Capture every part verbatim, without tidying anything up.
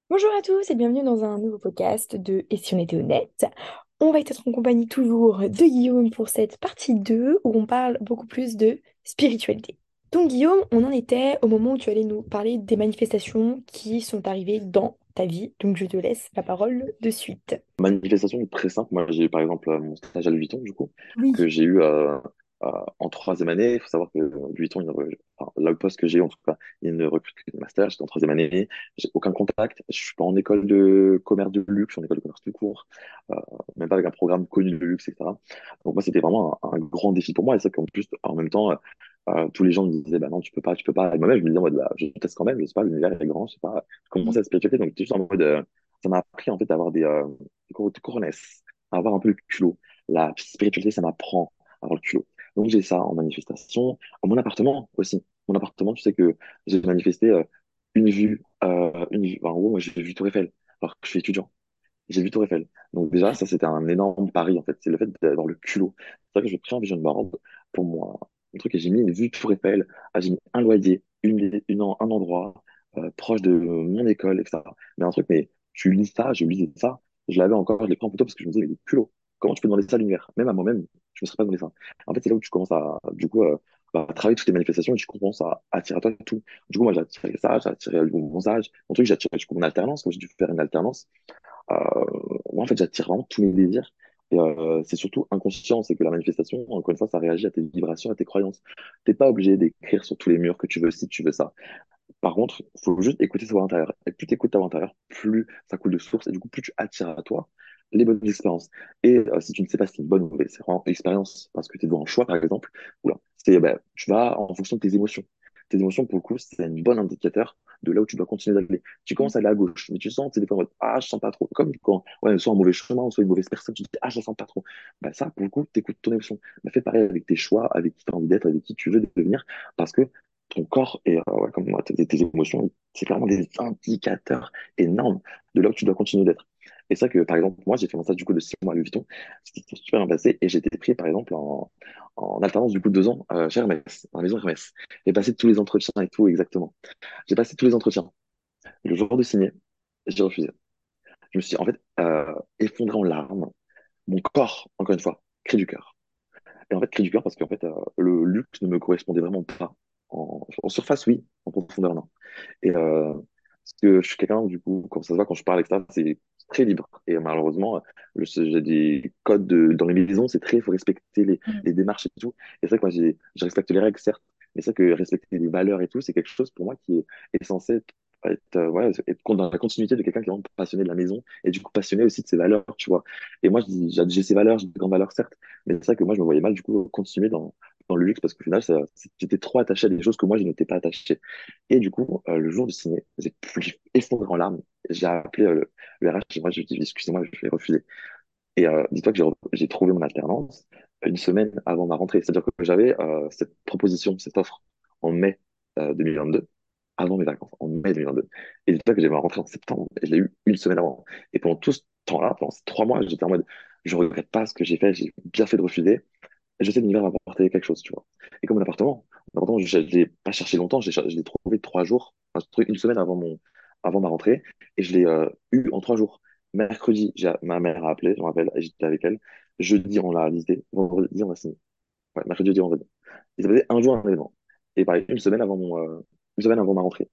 Bonjour à tous et bienvenue dans un nouveau podcast de Et si on était honnête? On va être en compagnie toujours de Guillaume pour cette partie deux où on parle beaucoup plus de spiritualité. Donc Guillaume, on en était au moment où tu allais nous parler des manifestations qui sont arrivées dans ta vie. Donc je te laisse la parole de suite. Manifestation très simple. Moi, j'ai eu par exemple euh, mon stage à Louis Vuitton, du coup, Oui. que j'ai eu euh, euh, en troisième année. Il faut savoir que Louis Vuitton, il ne re- enfin, là, le poste que j'ai, en tout cas, il ne recrute que des masters. J'étais en troisième année, j'ai aucun contact. Je suis pas en école de commerce de luxe, je suis en école de commerce tout court, euh, même pas avec un programme connu de luxe, et cetera. Donc moi, c'était vraiment un, un grand défi pour moi. Et c'est qu'en plus, en même temps, euh, euh, tous les gens me disaient, bah non, tu peux pas, tu peux pas. Et moi-même, je me disais, en mode, bah, je teste quand même, je sais pas, l'univers est grand, je sais pas, commencer à spiritualité. Donc, j'étais juste en mode, euh, ça m'a appris en fait d'avoir des, euh, cour- couronnesse, à avoir un peu le culot. La spiritualité, ça m'apprend à avoir le culot. Donc j'ai ça en manifestation. En mon appartement aussi. Mon appartement, tu sais que j'ai manifesté euh, une vue, euh, une vue. Enfin, en gros, moi j'ai vu Tour Eiffel, alors que je suis étudiant. J'ai vu Tour Eiffel. Donc déjà, ça c'était un énorme pari en fait. C'est le fait d'avoir le culot. C'est vrai que j'ai pris un vision board pour moi. Un truc et j'ai mis une vue Tour Eiffel. Ah, j'ai mis un loyer, une, une, un endroit euh, proche de mon école, et cetera. Mais un truc, mais tu lis ça, je lisais ça. Je l'avais encore, je l'ai pris en photo parce que je me disais, mais le culot. Comment tu peux demander ça à l'univers? Même à moi-même, je me serais pas demandé ça. En fait, c'est là où tu commences à, du coup, euh, bah, travailler toutes tes manifestations et tu commences à attirer à toi tout. Du coup, moi, j'ai attiré ça, j'ai attiré le bon âge. Mon truc, j'ai attiré, du coup, mon alternance. Quand j'ai dû faire une alternance, euh, moi, en fait, j'attire vraiment tous mes désirs. Et euh, c'est surtout inconscient, c'est que la manifestation, encore une fois, ça réagit à tes vibrations, à tes croyances. T'es pas obligé d'écrire sur tous les murs que tu veux si tu veux ça. Par contre, il faut juste écouter sa voix intérieure. Et plus tu écoutes ta voix intérieure, plus ça coule de source, et du coup, plus tu attires à toi les bonnes expériences. Et euh, si tu ne sais pas si c'est une bonne ou mauvaise c'est vraiment expérience, parce que tu es devant un choix, par exemple, oula, c'est, ben, tu vas en fonction de tes émotions. Tes émotions, pour le coup, c'est un bon indicateur de là où tu dois continuer d'aller. Tu commences à aller à gauche, mais tu sens, tu sais, des fois, en mode, ah, je sens pas trop. Comme quand, ouais, soit un mauvais chemin, soit une mauvaise personne, tu te dis, ah, je la sens pas trop. Bah, ça, pour le coup, t'écoutes ton émotion. Bah, fais pareil avec tes choix, avec qui tu as envie d'être, avec qui tu veux devenir, parce que ton corps et euh, ouais, comme moi, tes, tes émotions, c'est clairement des indicateurs énormes de là où tu dois continuer d'être. Et ça que, par exemple, moi, j'ai fait mon stage du coup de six mois à Louis Vuitton, c'était super bien passé, et j'ai été pris, par exemple, en, en alternance du coup de deux ans euh, chez Hermès, dans la maison Hermès. J'ai passé tous les entretiens et tout, exactement. J'ai passé tous les entretiens. Le jour de signer, j'ai refusé. Je me suis, en fait, euh, effondré en larmes. Mon corps, encore une fois, cri du cœur. Et en fait, cri du cœur parce qu'en fait, euh, le luxe ne me correspondait vraiment pas. En, en surface, oui, en profondeur, non. Et euh, parce que je suis quelqu'un, du coup, comme ça se voit quand je parle, et cetera, c'est très libre. Et malheureusement, le- j'ai des codes de, dans les maisons, c'est très, il faut respecter les, les démarches et tout. Et c'est vrai que moi, j'ai, je respecte les règles, certes, mais c'est vrai que respecter les valeurs et tout, c'est quelque chose pour moi qui est, est censé être, être, euh, ouais, être dans la continuité de quelqu'un qui est vraiment passionné de la maison et du coup passionné aussi de ses valeurs, tu vois. Et moi, je dis, j'ai j'ai ces valeurs, j'ai des grandes valeurs, certes, mais c'est vrai que moi, je me voyais mal, du coup, continuer dans, dans le luxe parce qu'au final, ça- j'étais trop attaché à des choses que moi, je n'étais pas attaché. Et du coup, euh, le jour de signer, j'ai plus effondré en larmes. J'ai appelé euh, le, le R H et moi, je lui ai dit, excusez-moi, je vais refuser. Et euh, dis-toi que j'ai re- j'ai trouvé mon alternance une semaine avant ma rentrée. C'est-à-dire que j'avais euh, cette proposition, cette offre en mai euh, deux mille vingt-deux, avant mes vacances, en mai deux mille vingt-deux. Et dis-toi que j'ai ma rentrée en septembre et je l'ai eu une semaine avant. Et pendant tout ce temps-là, pendant ces trois mois, j'étais en mode, je regrette pas ce que j'ai fait, j'ai bien fait de refuser. Et je sais que l'univers va m'apporter quelque chose, tu vois. Et comme un appartement, un appartement, je ne l'ai pas cherché longtemps, je l'ai cher- je l'ai trouvé trois jours, enfin, je l'ai trouvé une semaine avant mon, avant ma rentrée, et je l'ai euh, eu en trois jours. Mercredi, j'ai, ma mère a appelé, je me rappelle, et j'étais avec elle. Jeudi, on l'a visité. Vendredi, on a signé. Ouais, mercredi, jeudi, vendredi. Et ça faisait un jour un événement. Et pareil, une semaine avant mon, euh, une semaine avant ma rentrée.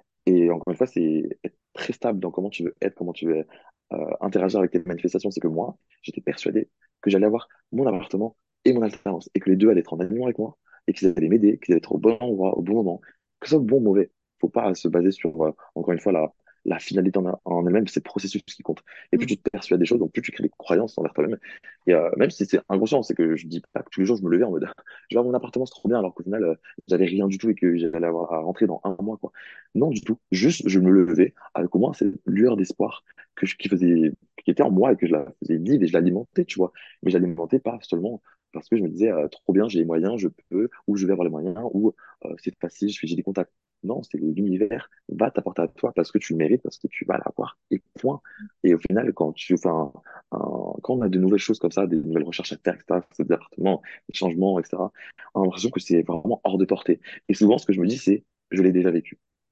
Et encore une fois, c'est être très stable dans comment tu veux être, comment tu veux euh, interagir avec tes manifestations. C'est que moi, j'étais persuadé que j'allais avoir mon appartement et mon alternance, et que les deux allaient être en alignement avec moi, et qu'ils allaient m'aider, qu'ils allaient être au bon endroit, au bon moment, que ce soit bon ou mauvais. Faut pas se baser sur, euh, encore une fois, la, la finalité en, en elle-même, c'est le processus qui compte. Et plus tu te persuades des choses, donc plus tu crées des croyances envers toi-même. Et euh, même si c'est inconscient, c'est que je dis pas que tous les jours je me levais en mode, je vais avoir mon appartement, c'est trop bien, alors qu'au final, euh, j'avais rien du tout et que j'allais avoir à rentrer dans un mois, quoi. Non, du tout. Juste, je me levais avec au moins cette lueur d'espoir que je, qui faisait, qui était en moi et que je la faisais vivre et je l'alimentais, tu vois. Mais je l'alimentais pas seulement parce que je me disais, euh, trop bien, j'ai les moyens, je peux, ou je vais avoir les moyens, ou euh, c'est facile, je fais- j'ai des contacts. Non, c'est l'univers va t'apporter à toi parce que tu le mérites, parce que tu vas l'avoir. Et point. Et au final, quand tu, enfin, un- quand on a de nouvelles choses comme ça, des nouvelles recherches à faire, et cetera, des appartements, des changements, et cetera, on a l'impression que c'est vraiment hors de portée. Et souvent, ce que je me dis, c'est, je l'ai déjà vécu.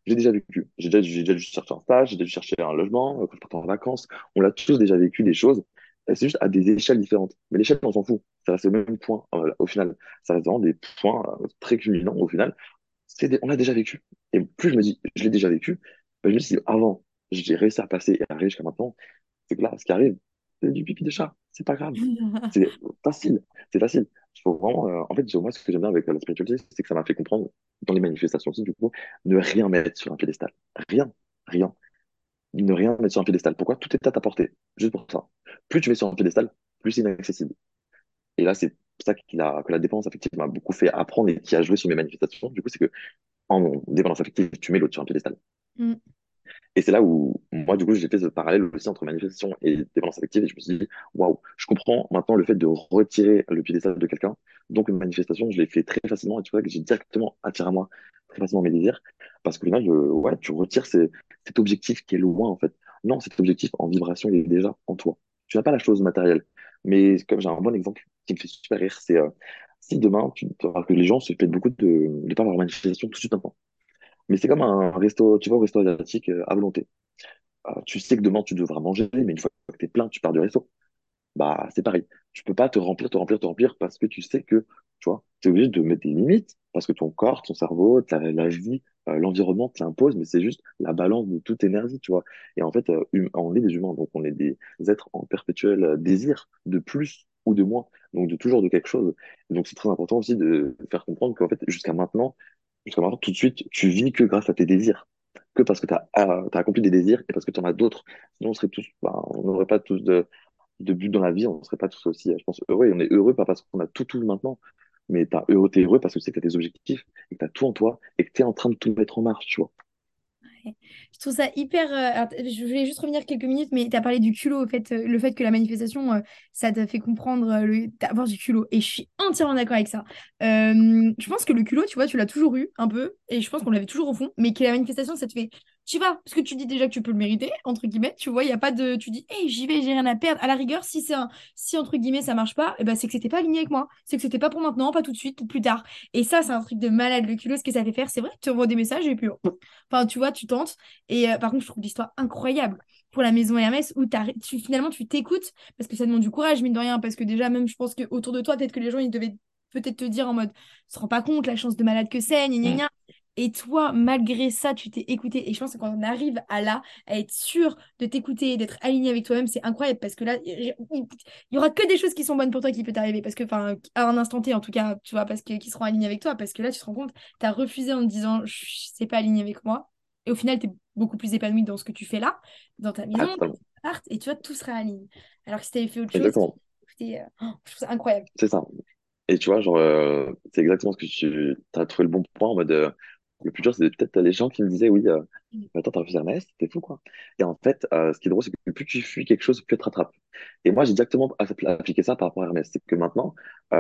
j'ai déjà vécu. J'ai déjà, j'ai déjà dû chercher un stage, j'ai déjà dû chercher un logement, euh, quand je partais en vacances. On l'a tous déjà vécu des choses. Euh, C'est juste à des échelles différentes. Mais l'échelle, on s'en fout. Ça reste le même point, euh, au final. Ça reste vraiment des points euh, très culminants, au final. C'est des- on l'a déjà vécu. Et plus je me dis, je l'ai déjà vécu, ben, je me dis, avant, j'ai réussi à passer et à arriver jusqu'à maintenant, c'est que là, ce qui arrive, c'est du pipi de chat. C'est pas grave. C'est facile. C'est facile. Il faut vraiment, euh, en fait, moi, ce que j'aime bien avec euh, la spiritualité, c'est que ça m'a fait comprendre, dans les manifestations aussi, du coup, ne rien mettre sur un piédestal. Rien. Rien. Ne rien mettre sur un piédestal. Pourquoi? Tout est à ta portée. Juste pour ça. Plus tu mets sur un piédestal, plus c'est inaccessible. Et là, c'est ça qu'il a, que la dépendance affective m'a beaucoup fait apprendre et qui a joué sur mes manifestations. Du coup, c'est que en dépendance affective, tu mets l'autre sur un piédestal. Mm. Et c'est là où, moi, du coup, j'ai fait ce parallèle aussi entre manifestation et dépendance affective. Et je me suis dit, waouh, je comprends maintenant le fait de retirer le piédestal de quelqu'un. Donc, une manifestation, je l'ai fait très facilement. Et tu vois que j'ai directement attiré à moi très facilement mes désirs. Parce qu'au final, je- ouais, tu retires ces- cet objectif qui est loin, en fait. Non, cet objectif en vibration, il est déjà en toi. Tu n'as pas la chose matérielle. Mais comme j'ai un bon exemple qui me fait super rire, c'est euh, si demain, tu, que les gens se plaignent beaucoup de ne pas avoir manifestation tout de suite maintenant. Mais c'est comme un resto, tu vois, au resto asiatique euh, à volonté. Euh, tu sais que demain tu devras manger, mais une fois que tu es plein, tu pars du resto. Bah, c'est pareil. Tu peux pas te remplir, te remplir, te remplir parce que tu sais que, tu vois, tu es obligé de mettre des limites parce que ton corps, ton cerveau, ta, la vie, euh, l'environnement te l'impose, mais c'est juste la balance de toute énergie, tu vois. Et en fait, euh, hum- on est des humains, donc on est des êtres en perpétuel euh, désir de plus ou de moins, donc de toujours de quelque chose. Donc c'est très important aussi de faire comprendre qu'en fait, jusqu'à maintenant, jusqu'à maintenant, tout de suite, tu vis que grâce à tes désirs, que parce que tu as, accompli des désirs et parce que tu en as d'autres. Sinon, on serait tous, bah, on n'aurait pas tous de de but dans la vie, on ne serait pas tous aussi, je pense, heureux. Et on est heureux pas parce qu'on a tout, tout maintenant, mais t'as heureux, t'es heureux parce que tu sais que tu as des objectifs et que tu as tout en toi et que tu es en train de tout mettre en marche, tu vois. Ouais. Je trouve ça hyper. euh, alors, t- je voulais juste revenir quelques minutes, mais tu as parlé du culot, au fait, euh, le fait que la manifestation, euh, ça t'a fait comprendre euh, le, d'avoir du culot. Et je suis entièrement d'accord avec ça. Euh, je pense que le culot, tu vois, tu l'as toujours eu un peu, et je pense qu'on l'avait toujours au fond, mais que la manifestation, ça te fait. Tu vas, parce que tu dis déjà que tu peux le mériter, entre guillemets, tu vois, il n'y a pas de. Tu dis, hey, j'y vais, j'ai rien à perdre. À la rigueur, si c'est un. Si, entre guillemets, ça marche pas, eh ben, c'est que c'était pas aligné avec moi. C'est que c'était pas pour maintenant, pas tout de suite, pour plus tard. Et ça, c'est un truc de malade, le culot, ce que ça fait faire. C'est vrai, tu envoies des messages et puis. oh, enfin, tu vois, tu tentes. Et euh, par contre, je trouve l'histoire incroyable pour la maison Hermès où t'as- tu, finalement tu t'écoutes parce que ça demande du courage, mine de rien. Parce que déjà, même je pense que autour de toi, peut-être que les gens ils devaient peut-être te dire en mode, se rend pas compte la chance de malade que c'est, gna gna Mm. gna. Et toi, malgré ça, tu t'es écouté. Et je pense que quand on arrive à là, à être sûr de t'écouter, d'être aligné avec toi-même, c'est incroyable parce que là, il il- il y aura que des choses qui sont bonnes pour toi qui peut t'arriver. Parce que, enfin, à un instant T, en tout cas, tu vois, parce que qui seront alignées avec toi. Parce que là, tu te rends compte, tu as refusé en te disant, je c'est pas aligné avec moi. Et au final, tu es beaucoup plus épanoui dans ce que tu fais là, dans ta maison, Ah, dans totalement. ton appart, et tu vois, tout sera aligné. Alors que si tu avais fait autre chose, Exactement. écoutez, euh, oh, je trouve ça incroyable. C'est ça. Et tu vois, genre, euh, c'est exactement ce que tu as trouvé le bon point en mode, euh, le plus dur, c'est peut-être les gens qui me disaient, oui, euh, attends, t'as refusé Hermès, t'es fou, quoi. Et en fait, euh, ce qui est drôle, c'est que plus tu fuis quelque chose, plus tu te rattrapes. Et moi, j'ai exactement app- appliqué ça par rapport à Hermès. C'est que maintenant,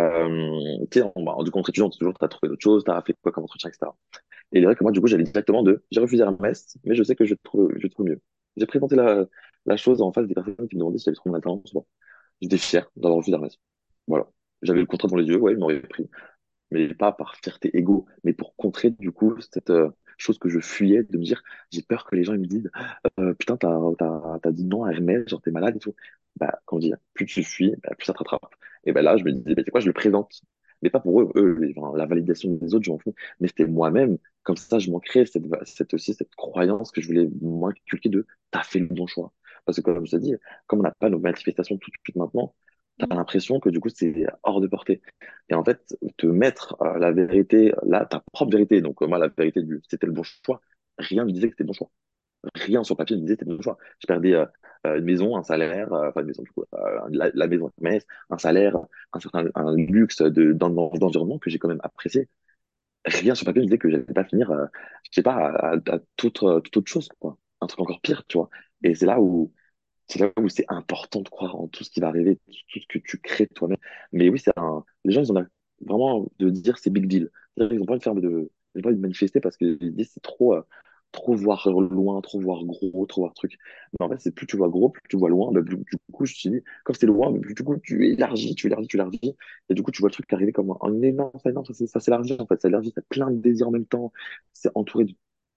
euh, tu sais, en, bah, du contre étudiant, toujours, t'as trouvé d'autres choses, t'as fait quoi comme entretien, et cetera. Et il est vrai que moi, du coup, j'allais directement de, j'ai refusé Hermès, mais je sais que je trouve, je trouve mieux. J'ai présenté la, la chose en face des personnes qui me demandaient si j'avais trouvé mon alternance ou pas. J'étais fier d'avoir refusé Hermès. Voilà. J'avais le contrat dans les yeux, ouais, il m'aurait pris, mais pas par fierté égo, mais pour contrer du coup cette euh, chose que je fuyais, de me dire, j'ai peur que les gens ils me disent, euh, putain, t'as, t'as, t'as dit non à Hermès, genre t'es malade et tout. Bah, comment dire, plus tu fuis, bah, plus ça te rattrape. Et ben là, je me disais, bah, c'est quoi, je le présente. Mais pas pour eux, eux, les- enfin, la validation des autres, j'en fous. Mais c'était moi-même. Comme ça, je m'en crée cette, cette aussi, cette croyance que je voulais m'inculquer de, t'as fait le bon choix. Parce que comme je t'ai dit, comme on n'a pas nos manifestations tout de suite maintenant, t'as Mm. l'impression que du coup, c'est hors de portée. Et en fait, te mettre euh, la vérité, là, ta propre vérité. Donc, euh, moi, la vérité, du c'était le bon choix. Rien ne me disait que c'était le bon choix. Rien sur papier ne me disait que c'était le bon choix. Je perdais euh, euh, une maison, un salaire, euh, enfin une maison, du coup, euh, la, la maison à Metz, un salaire, un certain un luxe de, dans, dans- d'environnement que j'ai quand même apprécié. Rien sur papier ne me disait que j'allais pas finir, euh, je sais pas, à, à, à toute, euh, toute autre chose, quoi. Un truc encore pire, tu vois. Et c'est là où c'est là où c'est important de croire en tout ce qui va arriver, tout ce que tu crées toi-même. Mais oui, c'est un... les gens, ils ont vraiment de dire c'est big deal. C'est-à-dire, ils ont pas envie de faire de, ils ont pas envie de manifester parce qu'ils disent c'est trop, euh, trop voir loin, trop voir gros, trop voir truc. Mais en fait, c'est plus tu vois gros, plus tu vois loin. Bah, plus- du coup, je me suis dit, comme c'est loin, plus du coup, tu élargis, tu élargis, tu élargis. Et du coup, tu vois le truc arriver comme un énorme, ça, énorme, ça, ça s'élargit en fait, ça élargit, t'as plein de désirs en même temps. C'est entouré de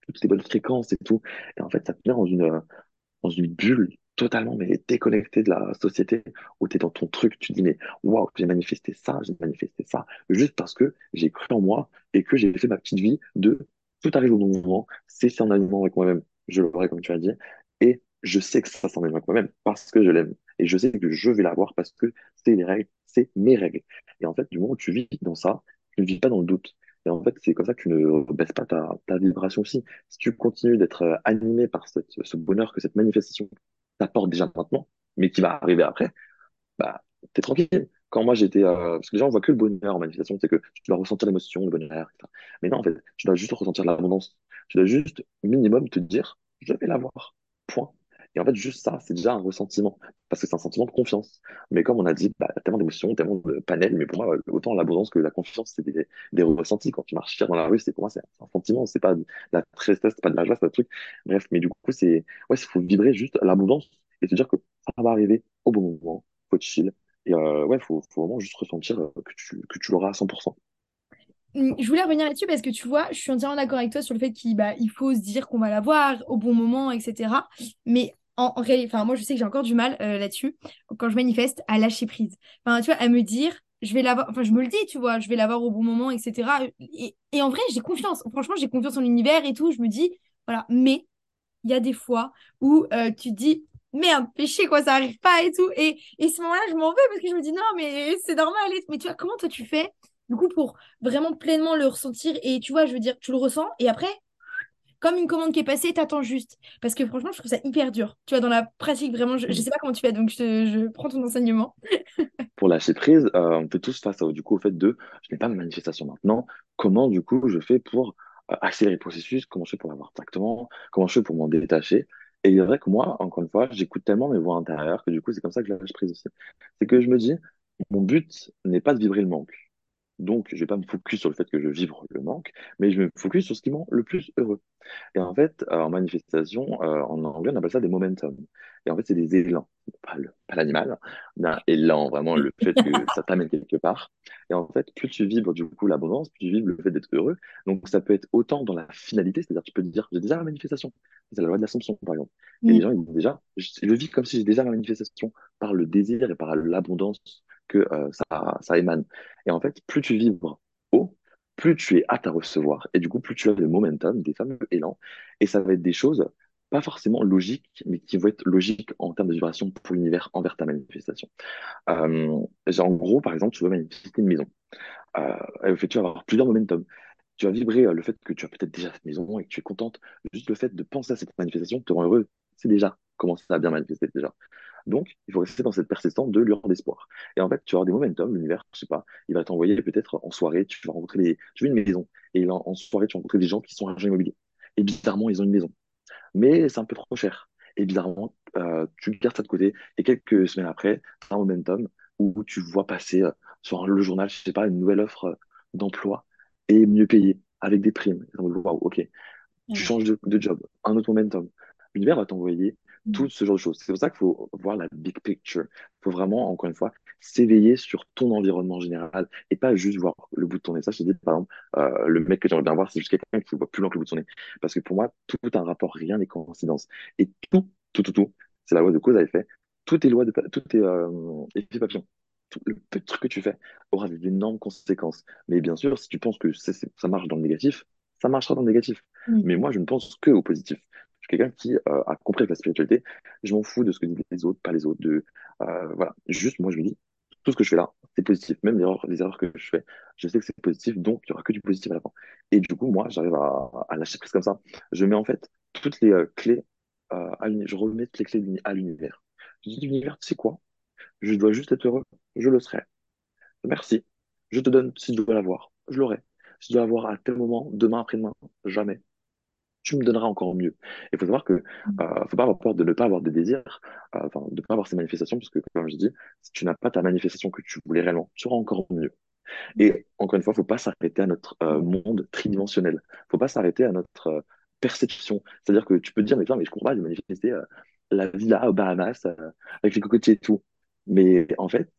toutes les bonnes fréquences et tout. Et en fait, ça te met dans une, euh, dans une bulle totalement mais déconnectée de la société où tu es dans ton truc, tu te dis mais waouh, j'ai manifesté ça, j'ai manifesté ça, juste parce que j'ai cru en moi et que j'ai fait ma petite vie de tout arrive au bon moment, c'est c'est en alignement avec moi-même, je l'aurai comme tu as dit, et je sais que ça s'en alignement avec moi-même parce que je l'aime et je sais que je vais l'avoir parce que c'est les règles, c'est mes règles. Et en fait, du moment où tu vis dans ça, tu ne vis pas dans le doute. Et en fait, c'est comme ça que tu ne baisses pas ta, ta vibration aussi. Si tu continues d'être euh, animé par cette- ce bonheur que cette manifestation t'apporte déjà maintenant, mais qui va arriver après, bah, t'es tranquille. Quand moi j'étais, euh, parce que déjà on voit que le bonheur en manifestation, c'est que tu dois ressentir l'émotion, le bonheur, et cetera. Mais non, en fait, tu dois juste ressentir l'abondance. Tu dois juste, minimum, te dire, je vais l'avoir. Point. Et en fait, juste ça, c'est déjà un ressentiment, parce que c'est un sentiment de confiance. Mais comme on a dit, bah, tellement d'émotions, tellement de panels, mais pour moi, autant l'abondance que la confiance, c'est des, des ressentis. Quand tu marches fier dans la rue, c'est pour moi, c'est un sentiment, c'est pas de la tristesse, c'est pas de la joie, c'est un truc. Bref, mais du coup, c'est, ouais, il faut vibrer juste l'abondance et te dire que ça va arriver au bon moment, faut chill. Et euh, ouais, faut, faut vraiment juste ressentir euh, que tu, que tu l'auras à cent pour cent. Hum, Je voulais revenir là-dessus parce que tu vois, je suis entièrement d'accord avec toi sur le fait qu'il bah, il faut se dire qu'on va l'avoir au bon moment, et cetera. Mais en, en réalité, enfin, moi, je sais que j'ai encore du mal euh, là-dessus, quand je manifeste, à lâcher prise. Enfin, tu vois, à me dire, je vais l'avoir, enfin, je me le dis, tu vois, je vais l'avoir au bon moment, et cetera. Et, et en vrai, j'ai confiance. Franchement, j'ai confiance en l'univers et tout. Je me dis, voilà. Mais il y a des fois où euh, tu te dis, merde, péché, quoi, ça arrive pas et tout. Et, et ce moment-là, je m'en veux parce que je me dis, non, mais c'est normal. et- Mais tu vois, comment toi tu fais, du coup, pour vraiment pleinement le ressentir et tu vois, je veux dire, tu le ressens et après, comme une commande qui est passée, t'attends juste. Parce que franchement, je trouve ça hyper dur. Tu vois, dans la pratique, vraiment, je, je sais pas comment tu fais, donc je, te- je prends ton enseignement. Pour lâcher prise, euh, on fait tous face au, du coup, au fait de je n'ai pas de manifestation maintenant. Comment, du coup, je fais pour euh, accélérer le processus? Comment je fais pour l'avoir directement? Comment je fais pour m'en détacher? Et il est vrai que moi, encore une fois, j'écoute tellement mes voix intérieures que du coup, c'est comme ça que je lâche prise aussi. C'est que je me dis, mon but n'est pas de vibrer le manque. Donc, je vais pas me focus sur le fait que je vibre le manque, mais je me focus sur ce qui me rend le plus heureux. Et en fait, euh, en manifestation, euh, en anglais, on appelle ça des momentum. Et en fait, c'est des élans, pas le- pas l'animal, mais un élan, vraiment le fait que ça t'amène quelque part. Et en fait, plus tu vibres du coup l'abondance, plus tu vibres le fait d'être heureux. Donc ça peut être autant dans la finalité, c'est-à-dire tu peux te dire, j'ai déjà la manifestation. C'est la loi de l'Assomption, par exemple. Et les Mm. gens, ils disent déjà, je, je vis comme si j'ai déjà la manifestation par le désir et par l'abondance que euh, ça, ça émane. Et en fait, plus tu vibres haut, plus tu es apte à recevoir. Et du coup, plus tu as le momentum, des fameux élans. Et ça va être des choses pas forcément logiques, mais qui vont être logiques en termes de vibration pour l'univers envers ta manifestation. Euh, j'ai- en gros, par exemple, tu veux manifester une maison. Euh, le fait, tu vas avoir plusieurs momentum. Tu vas vibrer euh, le fait que tu as peut-être déjà cette maison et que tu es contente. Juste le fait de penser à cette manifestation te rend heureux. C'est déjà commencer à bien manifester déjà. Donc, il faut rester dans cette persistance de lueur d'espoir. Et en fait, tu vas avoir des momentum, l'univers, je sais pas, il va t'envoyer peut-être en soirée, tu vas rencontrer des, tu veux une maison, et en, en soirée, tu vas rencontrer des gens qui sont agents immobiliers. Et bizarrement, ils ont une maison. Mais c'est un peu trop cher. Et bizarrement, euh, tu gardes ça de côté, et quelques semaines après, tu as un momentum où tu vois passer euh, sur le journal, je sais pas, une nouvelle offre euh, d'emploi et mieux payée, avec des primes. Et donc, waouh, ok, tu Ouais. changes de, de job, un autre momentum. L'univers va t'envoyer tout ce genre de choses. C'est pour ça qu'il faut voir la big picture. Il faut vraiment, encore une fois, s'éveiller sur ton environnement général et pas juste voir le bout de ton nez. Ça, je te dis, par exemple, euh, le mec que j'aimerais bien voir, c'est juste quelqu'un qui voit plus loin que le bout de son nez. Parce que pour moi, tout a un rapport, rien n'est coïncidence. Et tout, tout, tout, tout, c'est la loi de cause à effet. Tout est loi de, pa- tout est euh, effet papillon. Tout, le petit truc que tu fais aura d'énormes conséquences. Mais bien sûr, si tu penses que c'est- c'est- ça marche dans le négatif, ça marchera dans le négatif. Mm. Mais moi, je ne pense que au positif. Je suis quelqu'un qui euh, a compris que la spiritualité, je m'en fous de ce que disent les autres, pas les autres. De, euh, voilà. Juste, moi, je me dis, tout ce que je fais là, c'est positif. Même les erreurs, les erreurs que je fais, je sais que c'est positif, donc il n'y aura que du positif à la fin. Et du coup, moi, j'arrive à, à lâcher prise comme ça. Je mets en fait toutes les euh, clés euh, à l'uni- je remets toutes les clés d'uni- à l'univers. Je dis, l'univers, tu sais quoi? Je dois juste être heureux. Je le serai. Merci. Je te donne si je dois l'avoir. Je l'aurai. Si je dois l'avoir à tel moment, demain, après-demain, jamais tu me donneras encore mieux. Il faut savoir que euh, faut pas avoir peur de ne pas avoir de désirs, euh, enfin de ne pas avoir ces manifestations, parce que comme je dis, si tu n'as pas ta manifestation que tu voulais réellement, tu auras encore mieux. Et encore une fois, faut pas s'arrêter à notre euh, monde tridimensionnel. Faut pas s'arrêter à notre euh, perception. C'est-à-dire que tu peux te dire, mais putain, mais je comprends pas de manifester euh, la villa aux Bahamas euh, avec les cocotiers et tout. Mais en fait,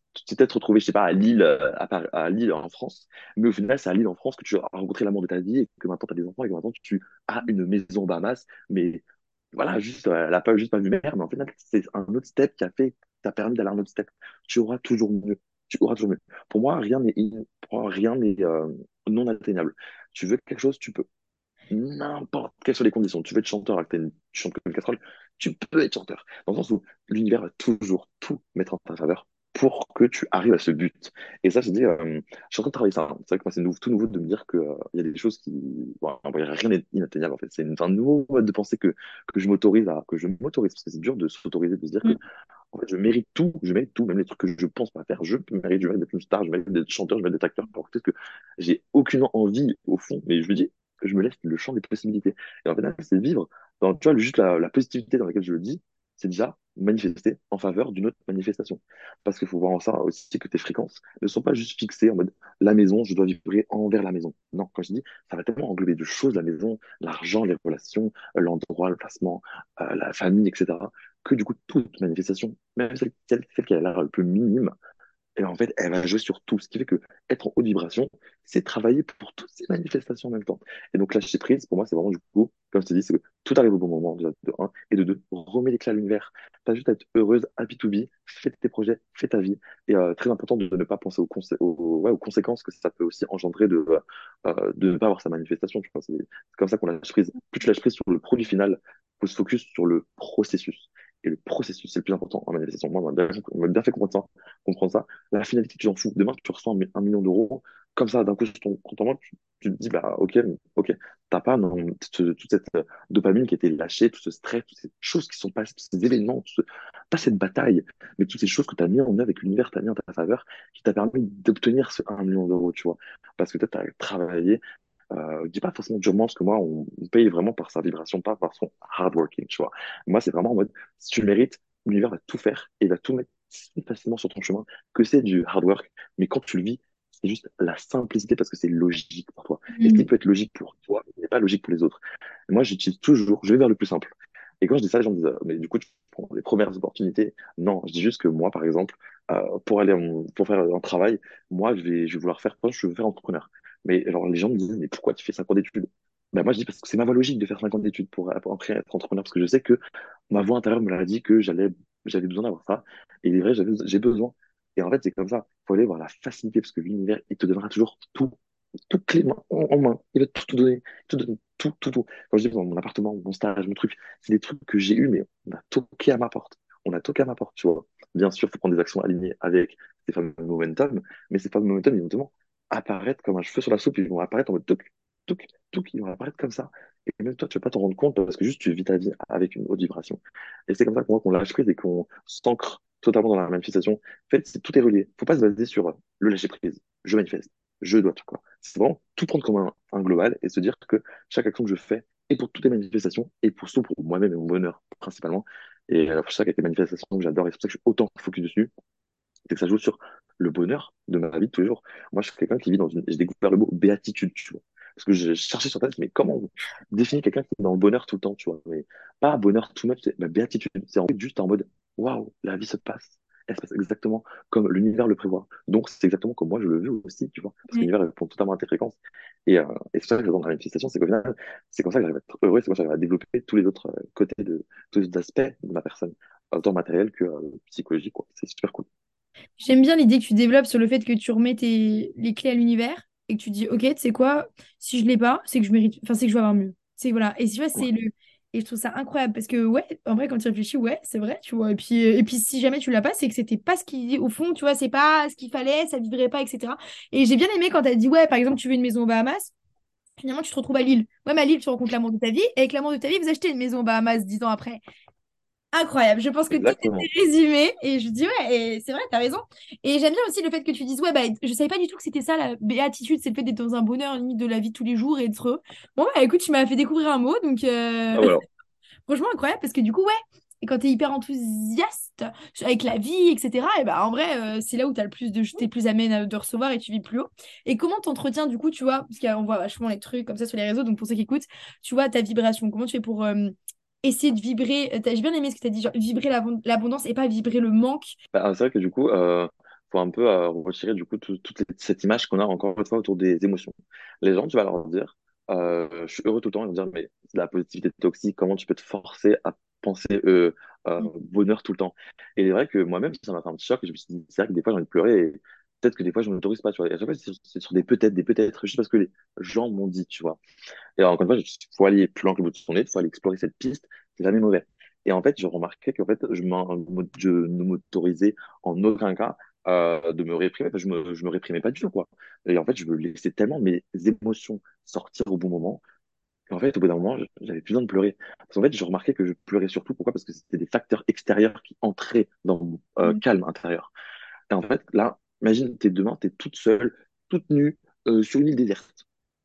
tu t'es peut-être retrouvé, je sais pas, à Lille, euh, à, Par- à Lille en France, mais au final, c'est à Lille en France que tu as rencontré l'amour de ta vie et que maintenant tu as des enfants et que maintenant tu as une maison aux Bahamas. Mais voilà, juste, euh, elle n'a pas juste pas vu mère, mais en fait, c'est un autre step qui a fait, qui t'a permis d'aller à un autre step. Tu auras toujours mieux. Tu auras toujours mieux. Pour moi, rien n'est in- pour moi, rien n'est euh, non atteignable. Tu veux quelque chose, tu peux n'importe quelles sont les conditions. Tu veux être chanteur alors que t'es une- tu chantes comme une casserole, tu peux être chanteur. Dans le sens où l'univers va toujours tout mettre en ta faveur pour que tu arrives à ce but. Et ça, je dis, euh, je suis en train de travailler ça, hein. C'est vrai que moi, c'est nou- tout nouveau de me dire qu'il y a des choses qui. Bon, en vrai, rien n'est inatteignable, en fait. C'est une- un nouveau mode de pensée que, que je m'autorise à. Que je m'autorise, parce que c'est dur de s'autoriser, de se dire que Mm. en fait, je mérite tout, je mérite tout, même les trucs que je pense pas faire. Je mérite, je mérite d'être une star, je mérite d'être chanteur, je mérite d'être acteur. Alors peut-être que j'ai aucune envie au fond, mais je me dis que je me laisse le champ des possibilités. Et en fait, c'est vivre dans, tu vois, juste la, la positivité dans laquelle je le dis, c'est déjà manifester en faveur d'une autre manifestation. Parce qu'il faut voir en ça aussi que tes fréquences ne sont pas juste fixées en mode la maison, je dois vibrer envers la maison. Non, quand je dis, ça va tellement englober de choses, la maison, l'argent, les relations, l'endroit, le placement, euh, la famille, et cetera que du coup, toute manifestation, même celle, celle, celle qui a l'air le plus minime, et en fait, elle va jouer sur tout. Ce qui fait que être en haute vibration, c'est travailler pour toutes ces manifestations en même temps. Et donc, lâcher prise, pour moi, c'est vraiment du coup, comme je te dis, c'est que tout arrive au bon moment, déjà, de un, et de deux, remets l'éclat à l'univers. T'as juste à être heureuse, happy to be, fais tes projets, fais ta vie. Et euh, très important de ne pas penser aux, consé- aux, ouais, aux conséquences que ça peut aussi engendrer de, euh, de ne pas avoir sa manifestation. Tu vois, c'est c'est comme ça qu'on lâche prise. Plus tu lâches prise sur le produit final, faut se focus sur le processus. Et le processus, c'est le plus important en manifestation. Moi, on m'a bien, on m'a bien fait comprendre ça, comprendre ça. La finalité, tu t'en fous. Demain, tu reçois un, mi- un million d'euros, comme ça, d'un coup, sur ton compte en banque, tu, tu te dis, bah, ok, ok, t'as pas non, toute, toute cette euh, dopamine qui a été lâchée, tout ce stress, toutes ces choses qui sont passées, tous ces événements, tout ce- pas cette bataille, mais toutes ces choses que tu as mis en œuvre et que l'univers t'a mis en ta faveur, qui t'a permis d'obtenir ce un million d'euros, tu vois. Parce que toi, tu as travaillé, euh, je dis pas forcément durement, parce que moi, on, on paye vraiment par sa vibration, pas par son hard working, tu vois. Moi, c'est vraiment en mode, si tu le mérites, l'univers va tout faire et va tout mettre si facilement sur ton chemin que c'est du hard work. Mais quand tu le vis, c'est juste la simplicité parce que c'est logique pour toi. Et ce qui Mm. peut être logique pour toi n'est pas logique pour les autres. Et moi, j'utilise toujours, je vais vers le plus simple. Et quand je dis ça, les gens me disent, euh, mais du coup, tu prends les premières opportunités. Non, je dis juste que moi, par exemple, euh, pour aller, en- pour faire un travail, moi, je vais, je vais vouloir faire, par exemple, je veux faire entrepreneur. Mais alors, les gens me disent, mais pourquoi tu fais cinq ans d'études? Ben, moi, je dis parce que c'est ma voie logique de faire cinq ans d'études pour, pour après être entrepreneur, parce que je sais que ma voix intérieure me l'a dit que j'allais, j'avais besoin d'avoir ça. Et il est vrai, j'avais, j'ai besoin. Et en fait, c'est comme ça. Il faut aller voir la facilité, parce que l'univers, il te donnera toujours tout, tout clé en, en main. Il va tout te donner, tout, te donner, tout, tout, tout. Quand je dis mon appartement, mon stage, mon truc, c'est des trucs que j'ai eu, mais on a toqué à ma porte. On a toqué à ma porte, tu vois. Bien sûr, il faut prendre des actions alignées avec ces fameux momentum, mais ces fameux momentum, ils vont tellement apparaître comme un cheveu sur la soupe, ils vont apparaître en mode toc, toc, toc, ils vont apparaître comme ça. Et même toi, tu vas pas t'en rendre compte parce que juste tu vis ta vie avec une haute vibration. Et c'est comme ça qu'on voit qu'on lâche prise et qu'on s'ancre totalement dans la manifestation. En fait, c'est, tout est relié. Faut pas se baser sur le lâcher prise. Je manifeste. Je dois tout, quoi. C'est vraiment tout prendre comme un, un global et se dire que chaque action que je fais est pour toutes les manifestations et pour surtout pour moi-même et mon bonheur principalement. Et euh, pour ça qu'avec les manifestations que j'adore et c'est pour ça que je suis autant focus dessus, c'est que ça joue sur le bonheur de ma vie de tous les jours. Moi, je suis quelqu'un qui vit dans une. J'ai découvert le mot béatitude, tu vois. Parce que je cherchais sur Internet, mais comment on définit quelqu'un qui est dans le bonheur tout le temps, tu vois. Mais pas bonheur tout much, c'est la béatitude. C'est en fait juste en mode waouh, la vie se passe. Elle se passe exactement comme l'univers le prévoit. Donc, c'est exactement comme moi je le veux aussi, tu vois. Parce que Ouais. l'univers répond totalement à tes fréquences. Et, euh, et c'est ça que j'adore dans la manifestation, c'est qu'au final, c'est comme ça que j'arrive à être heureux, c'est comme ça que j'arrive à développer tous les autres euh, côtés de, tous les aspects de ma personne, autant matériel que euh, psychologique, quoi. C'est super cool. J'aime bien l'idée que tu développes sur le fait que tu remets tes- les clés à l'univers et que tu dis, ok, tu sais quoi, si je l'ai pas, c'est que je mérite, enfin, c'est que je vais avoir mieux. C'est voilà. Et tu vois, Ouais. c'est le. Et je trouve ça incroyable parce que, ouais, en vrai, quand tu réfléchis, ouais, c'est vrai, tu vois. Et puis, et puis si jamais tu l'as pas, c'est que c'était pas ce qui, au fond, tu vois, c'est pas ce qu'il fallait, ça vibrait pas, et cetera. Et j'ai bien aimé quand tu as dit, ouais, par exemple, tu veux une maison aux Bahamas, finalement, tu te retrouves à Lille. Ouais, mais à Lille, tu rencontres l'amour de ta vie, et avec l'amour de ta vie, vous achetez une maison aux Bahamas dix ans après. Incroyable, je pense que tout Exactement. était résumé et je dis ouais, et c'est vrai, t'as raison. Et j'aime bien aussi le fait que tu dises ouais, bah je savais pas du tout que c'était ça la béatitude, c'est le fait d'être dans un bonheur limite de la vie de tous les jours et d'être heureux. Bon bah écoute, tu m'as fait découvrir un mot, donc Ah, euh, voilà. franchement incroyable parce que du coup ouais, et quand t'es hyper enthousiaste avec la vie, et cetera, et bah en vrai euh, c'est là où t'as le plus de, t'es plus amène à- de recevoir et tu vis plus haut. Et comment t'entretiens du coup, tu vois, parce qu'on voit vachement les trucs comme ça sur les réseaux, donc pour ceux qui écoutent, tu vois ta vibration, comment tu fais pour euh, essayer de vibrer, euh, t'as- j'ai bien aimé ce que tu as dit, genre vibrer l'abon- l'abondance et pas vibrer le manque. Bah, c'est vrai que du coup, euh, faut un peu euh, retirer du coup tout- toute cette image qu'on a encore une fois autour des émotions. Les gens, tu vas leur dire, euh, je suis heureux tout le temps, ils vont dire, mais c'est de la positivité toxique, comment tu peux te forcer à penser euh, euh, bonheur tout le temps? Et il est vrai que moi-même, ça m'a fait un petit choc, et je me suis dit, c'est vrai que des fois j'ai envie de pleurer, et peut-être que des fois je ne m'autorise pas, tu vois. Et à chaque fois, c'est sur, c'est sur des peut-être, des peut-être, juste parce que les gens m'ont dit, tu vois. Et alors, encore une fois, il faut aller plus loin que le bout de son nez, il faut aller explorer cette piste, c'est jamais mauvais. Et en fait, je remarquais qu'en fait, je, m'en- je ne m'autorisais en aucun cas euh, de me réprimer. Enfin, je me, je me réprimais pas du tout, quoi. Et en fait, je me laissais tellement mes émotions sortir au bon moment qu'en fait, au bout d'un moment, je- j'avais plus besoin de pleurer. Parce qu'en fait, je remarquais que je pleurais surtout. Pourquoi? Parce que c'était des facteurs extérieurs qui entraient dans mon euh, Mm. calme intérieur. Et en fait, là, imagine, t'es demain, t'es toute seule, toute nue, euh, sur une île déserte.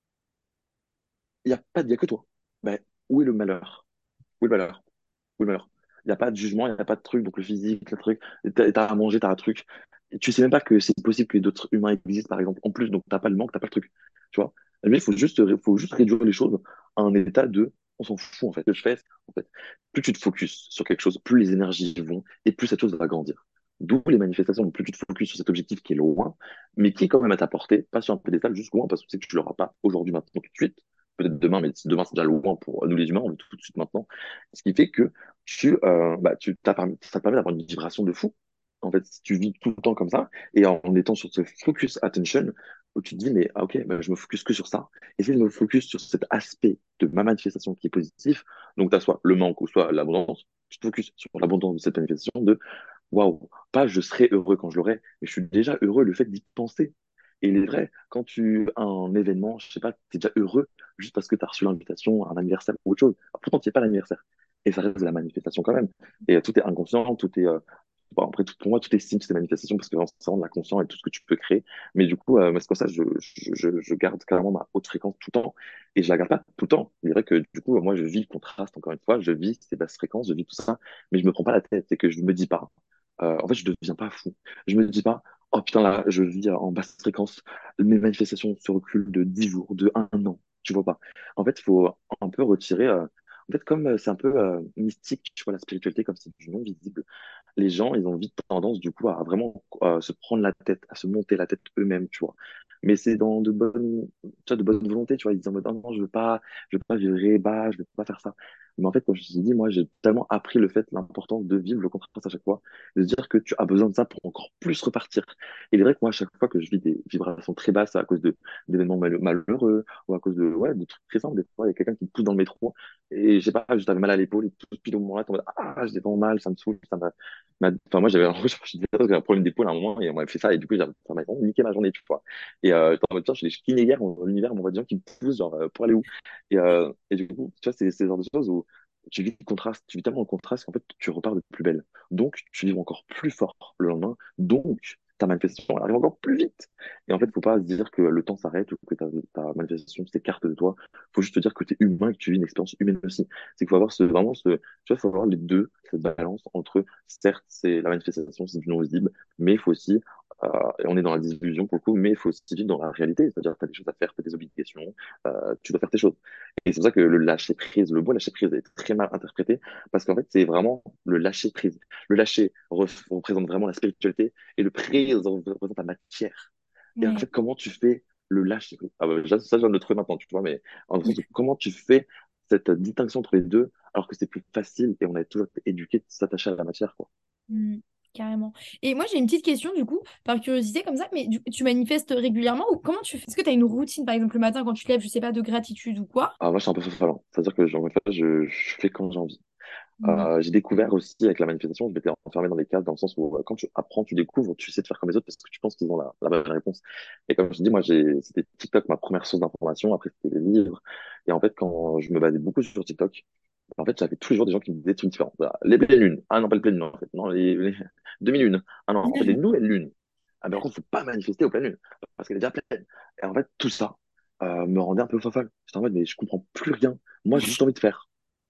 Il n'y a pas, il y a que toi. Ben, où est le malheur? Où est le malheur? Où est le malheur? Il n'y a pas de jugement, il n'y a pas de truc, donc le physique, le truc, t'as t'as à manger, t'as un truc. Et tu sais même pas que c'est possible que d'autres humains existent, par exemple, en plus, donc t'as pas le manque, t'as pas le truc. Tu vois? Mais il faut juste, faut juste réduire les choses à un état de, on s'en fout, en fait. Ce que je fais, en fait, plus tu te focuses sur quelque chose, plus les énergies vont, et plus cette chose va grandir. D'où les manifestations, plus tu te focuses sur cet objectif qui est loin, mais qui est quand même à ta portée, pas sur un pédestal, juste loin, parce que tu sais que tu l'auras pas aujourd'hui, maintenant, tout de suite. Peut-être demain, mais demain, c'est déjà loin pour nous les humains, on est tout de suite maintenant. Ce qui fait que tu, euh, bah, tu t'as permis, ça te permet d'avoir une vibration de fou. En fait, si tu vis tout le temps comme ça, et en étant sur ce focus attention, où tu te dis, mais ah, ok, bah, je me focus que sur ça, et si je me focus sur cet aspect de ma manifestation qui est positif, donc tu as soit le manque ou soit l'abondance, tu te focuses sur l'abondance de cette manifestation de, waouh, pas je serai heureux quand je l'aurai, mais je suis déjà heureux le fait d'y penser. Et il est vrai, quand tu as un événement, je sais pas, tu es déjà heureux juste parce que tu as reçu l'invitation à un anniversaire ou autre chose. Pourtant, tu n'y es pas à l'anniversaire. Et ça reste de la manifestation quand même. Et euh, tout est inconscient, tout est. Euh, bon, après, tout, pour moi, tout est signe, c'est manifestation parce que c'est vraiment de l'inconscient et tout ce que tu peux créer. Mais du coup, euh, moi, c'est pour ça que je, je, je, je garde carrément ma haute fréquence tout le temps. Et je la garde pas tout le temps. Il est vrai que du coup, moi, je vis le contraste, encore une fois. Je vis ces basses fréquences, je vis tout ça. Mais je me prends pas la tête. C'est que je me dis pas. Euh, en fait, je deviens pas fou. Je me dis pas, oh putain, là, je vis en basse fréquence. Mes manifestations se reculent de dix jours, de un an. Tu vois pas. En fait, il faut un peu retirer. euh, En fait, comme euh, c'est un peu euh, mystique, tu vois, la spiritualité, comme c'est du non visible, les gens, ils ont vite tendance, du coup, à vraiment euh, se prendre la tête, à se monter la tête eux-mêmes, tu vois. Mais c'est dans de bonnes, tu vois, de bonne volonté, tu vois. Ils disent en mode, oh non, je veux pas, je veux pas vibrer bas, je veux pas faire ça. Mais en fait, comme je te dis, moi, j'ai tellement appris le fait, l'importance de vivre le contraste à chaque fois, de se dire que tu as besoin de ça pour encore plus repartir. Et il est vrai que moi, à chaque fois que je vis des vibrations très basses à cause de d'événements mal- malheureux ou à cause de, ouais, de trucs très simples, des fois, il y a quelqu'un qui te pousse dans le métro et je sais pas, je t'avais mal à l'épaule et tout, puis au moment-là, t'es en mode, ah, j'ai vraiment mal, ça me saoule, ça m'a, m'a- enfin, moi, j'avais, j'avais un problème d'épaule à un moment et on m'avait fait ça et du coup, j'avais- ça m'a vraiment niqué ma journée, tu vois. Et, euh, j'étais en mode, tiens, je suis kiné hier, mon l'univers m'envoie des gens qui me poussent, genre, euh, pour aller où? Et, euh, et du coup, tu vois, c'est c'est ce genre de choses où tu vis le contraste, tu vis tellement le contraste qu'en fait, tu repars de plus belle. Donc, tu vis encore plus fort le lendemain. Donc, ta manifestation elle arrive encore plus vite. Et en fait, faut pas se dire que le temps s'arrête ou que ta, ta manifestation s'écarte de toi. Faut juste te dire que tu es humain et que tu vis une expérience humaine aussi. C'est qu'il faut avoir ce, vraiment ce, tu vois, faut avoir les deux, cette balance entre, certes, c'est la manifestation, c'est du non visible, mais il faut aussi, euh, et on est dans la disillusion pour le coup, mais il faut aussi vivre dans la réalité. C'est-à-dire, tu as des choses à faire, tu as des obligations, euh, tu dois faire tes choses. Et c'est pour ça que le lâcher prise, le mot lâcher prise est très mal interprété, parce qu'en fait, c'est vraiment le lâcher prise. Le lâcher re- représente vraiment la spiritualité, et le prise représente la matière. Et en Ouais. fait, comment tu fais le lâcher prise? Ah bah, ça, ça, je viens de le trouver maintenant, tu vois, mais en sens de comment tu fais cette distinction entre les deux, alors que c'est plus facile et on a toujours été éduqué de s'attacher à la matière, quoi. Mm, carrément. Et moi, j'ai une petite question, du coup, par curiosité comme ça, mais du- tu manifestes régulièrement ou comment tu fais? Est-ce que tu as une routine, par exemple, le matin quand tu te lèves, je sais pas, de gratitude ou quoi? Ah, moi, je suis un peu fafalant. C'est-à-dire que genre, en fait, je, je fais quand j'ai envie. Mm. Euh, j'ai découvert aussi avec la manifestation, je m'étais enfermé dans des cases, dans le sens où euh, quand tu apprends, tu découvres, tu sais de faire comme les autres parce que tu penses qu'ils ont la, la bonne réponse. Et comme je te dis, moi, j'ai, c'était TikTok ma première source d'information, après c'était les livres. Et en fait, quand je me basais beaucoup sur TikTok, en fait, j'avais tous les jours des gens qui me disaient des trucs différents. Voilà, les pleines lunes. Ah non, pas les pleines lunes, en fait. Non, les, les demi-lunes. Ah non, en fait, les nouvelles lunes. Ah ben, par contre, faut pas manifester aux pleines lunes parce qu'elle est déjà pleine. Et en fait, tout ça euh, me rendait un peu fofolle. J'étais en mode, mais je comprends plus rien. Moi, j'ai juste envie de faire.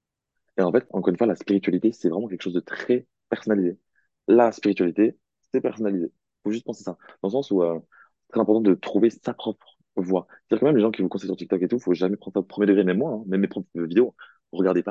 Et en fait, encore une fois, la spiritualité, c'est vraiment quelque chose de très personnalisé. La spiritualité, c'est personnalisé. Faut juste penser ça. Dans le sens où euh, c'est très important de trouver sa propre voie. C'est-à-dire que même les gens qui vous conseillent sur TikTok et tout, faut jamais prendre ça au premier degré, même moi, hein, même mes propres vidéos. Regardez pas.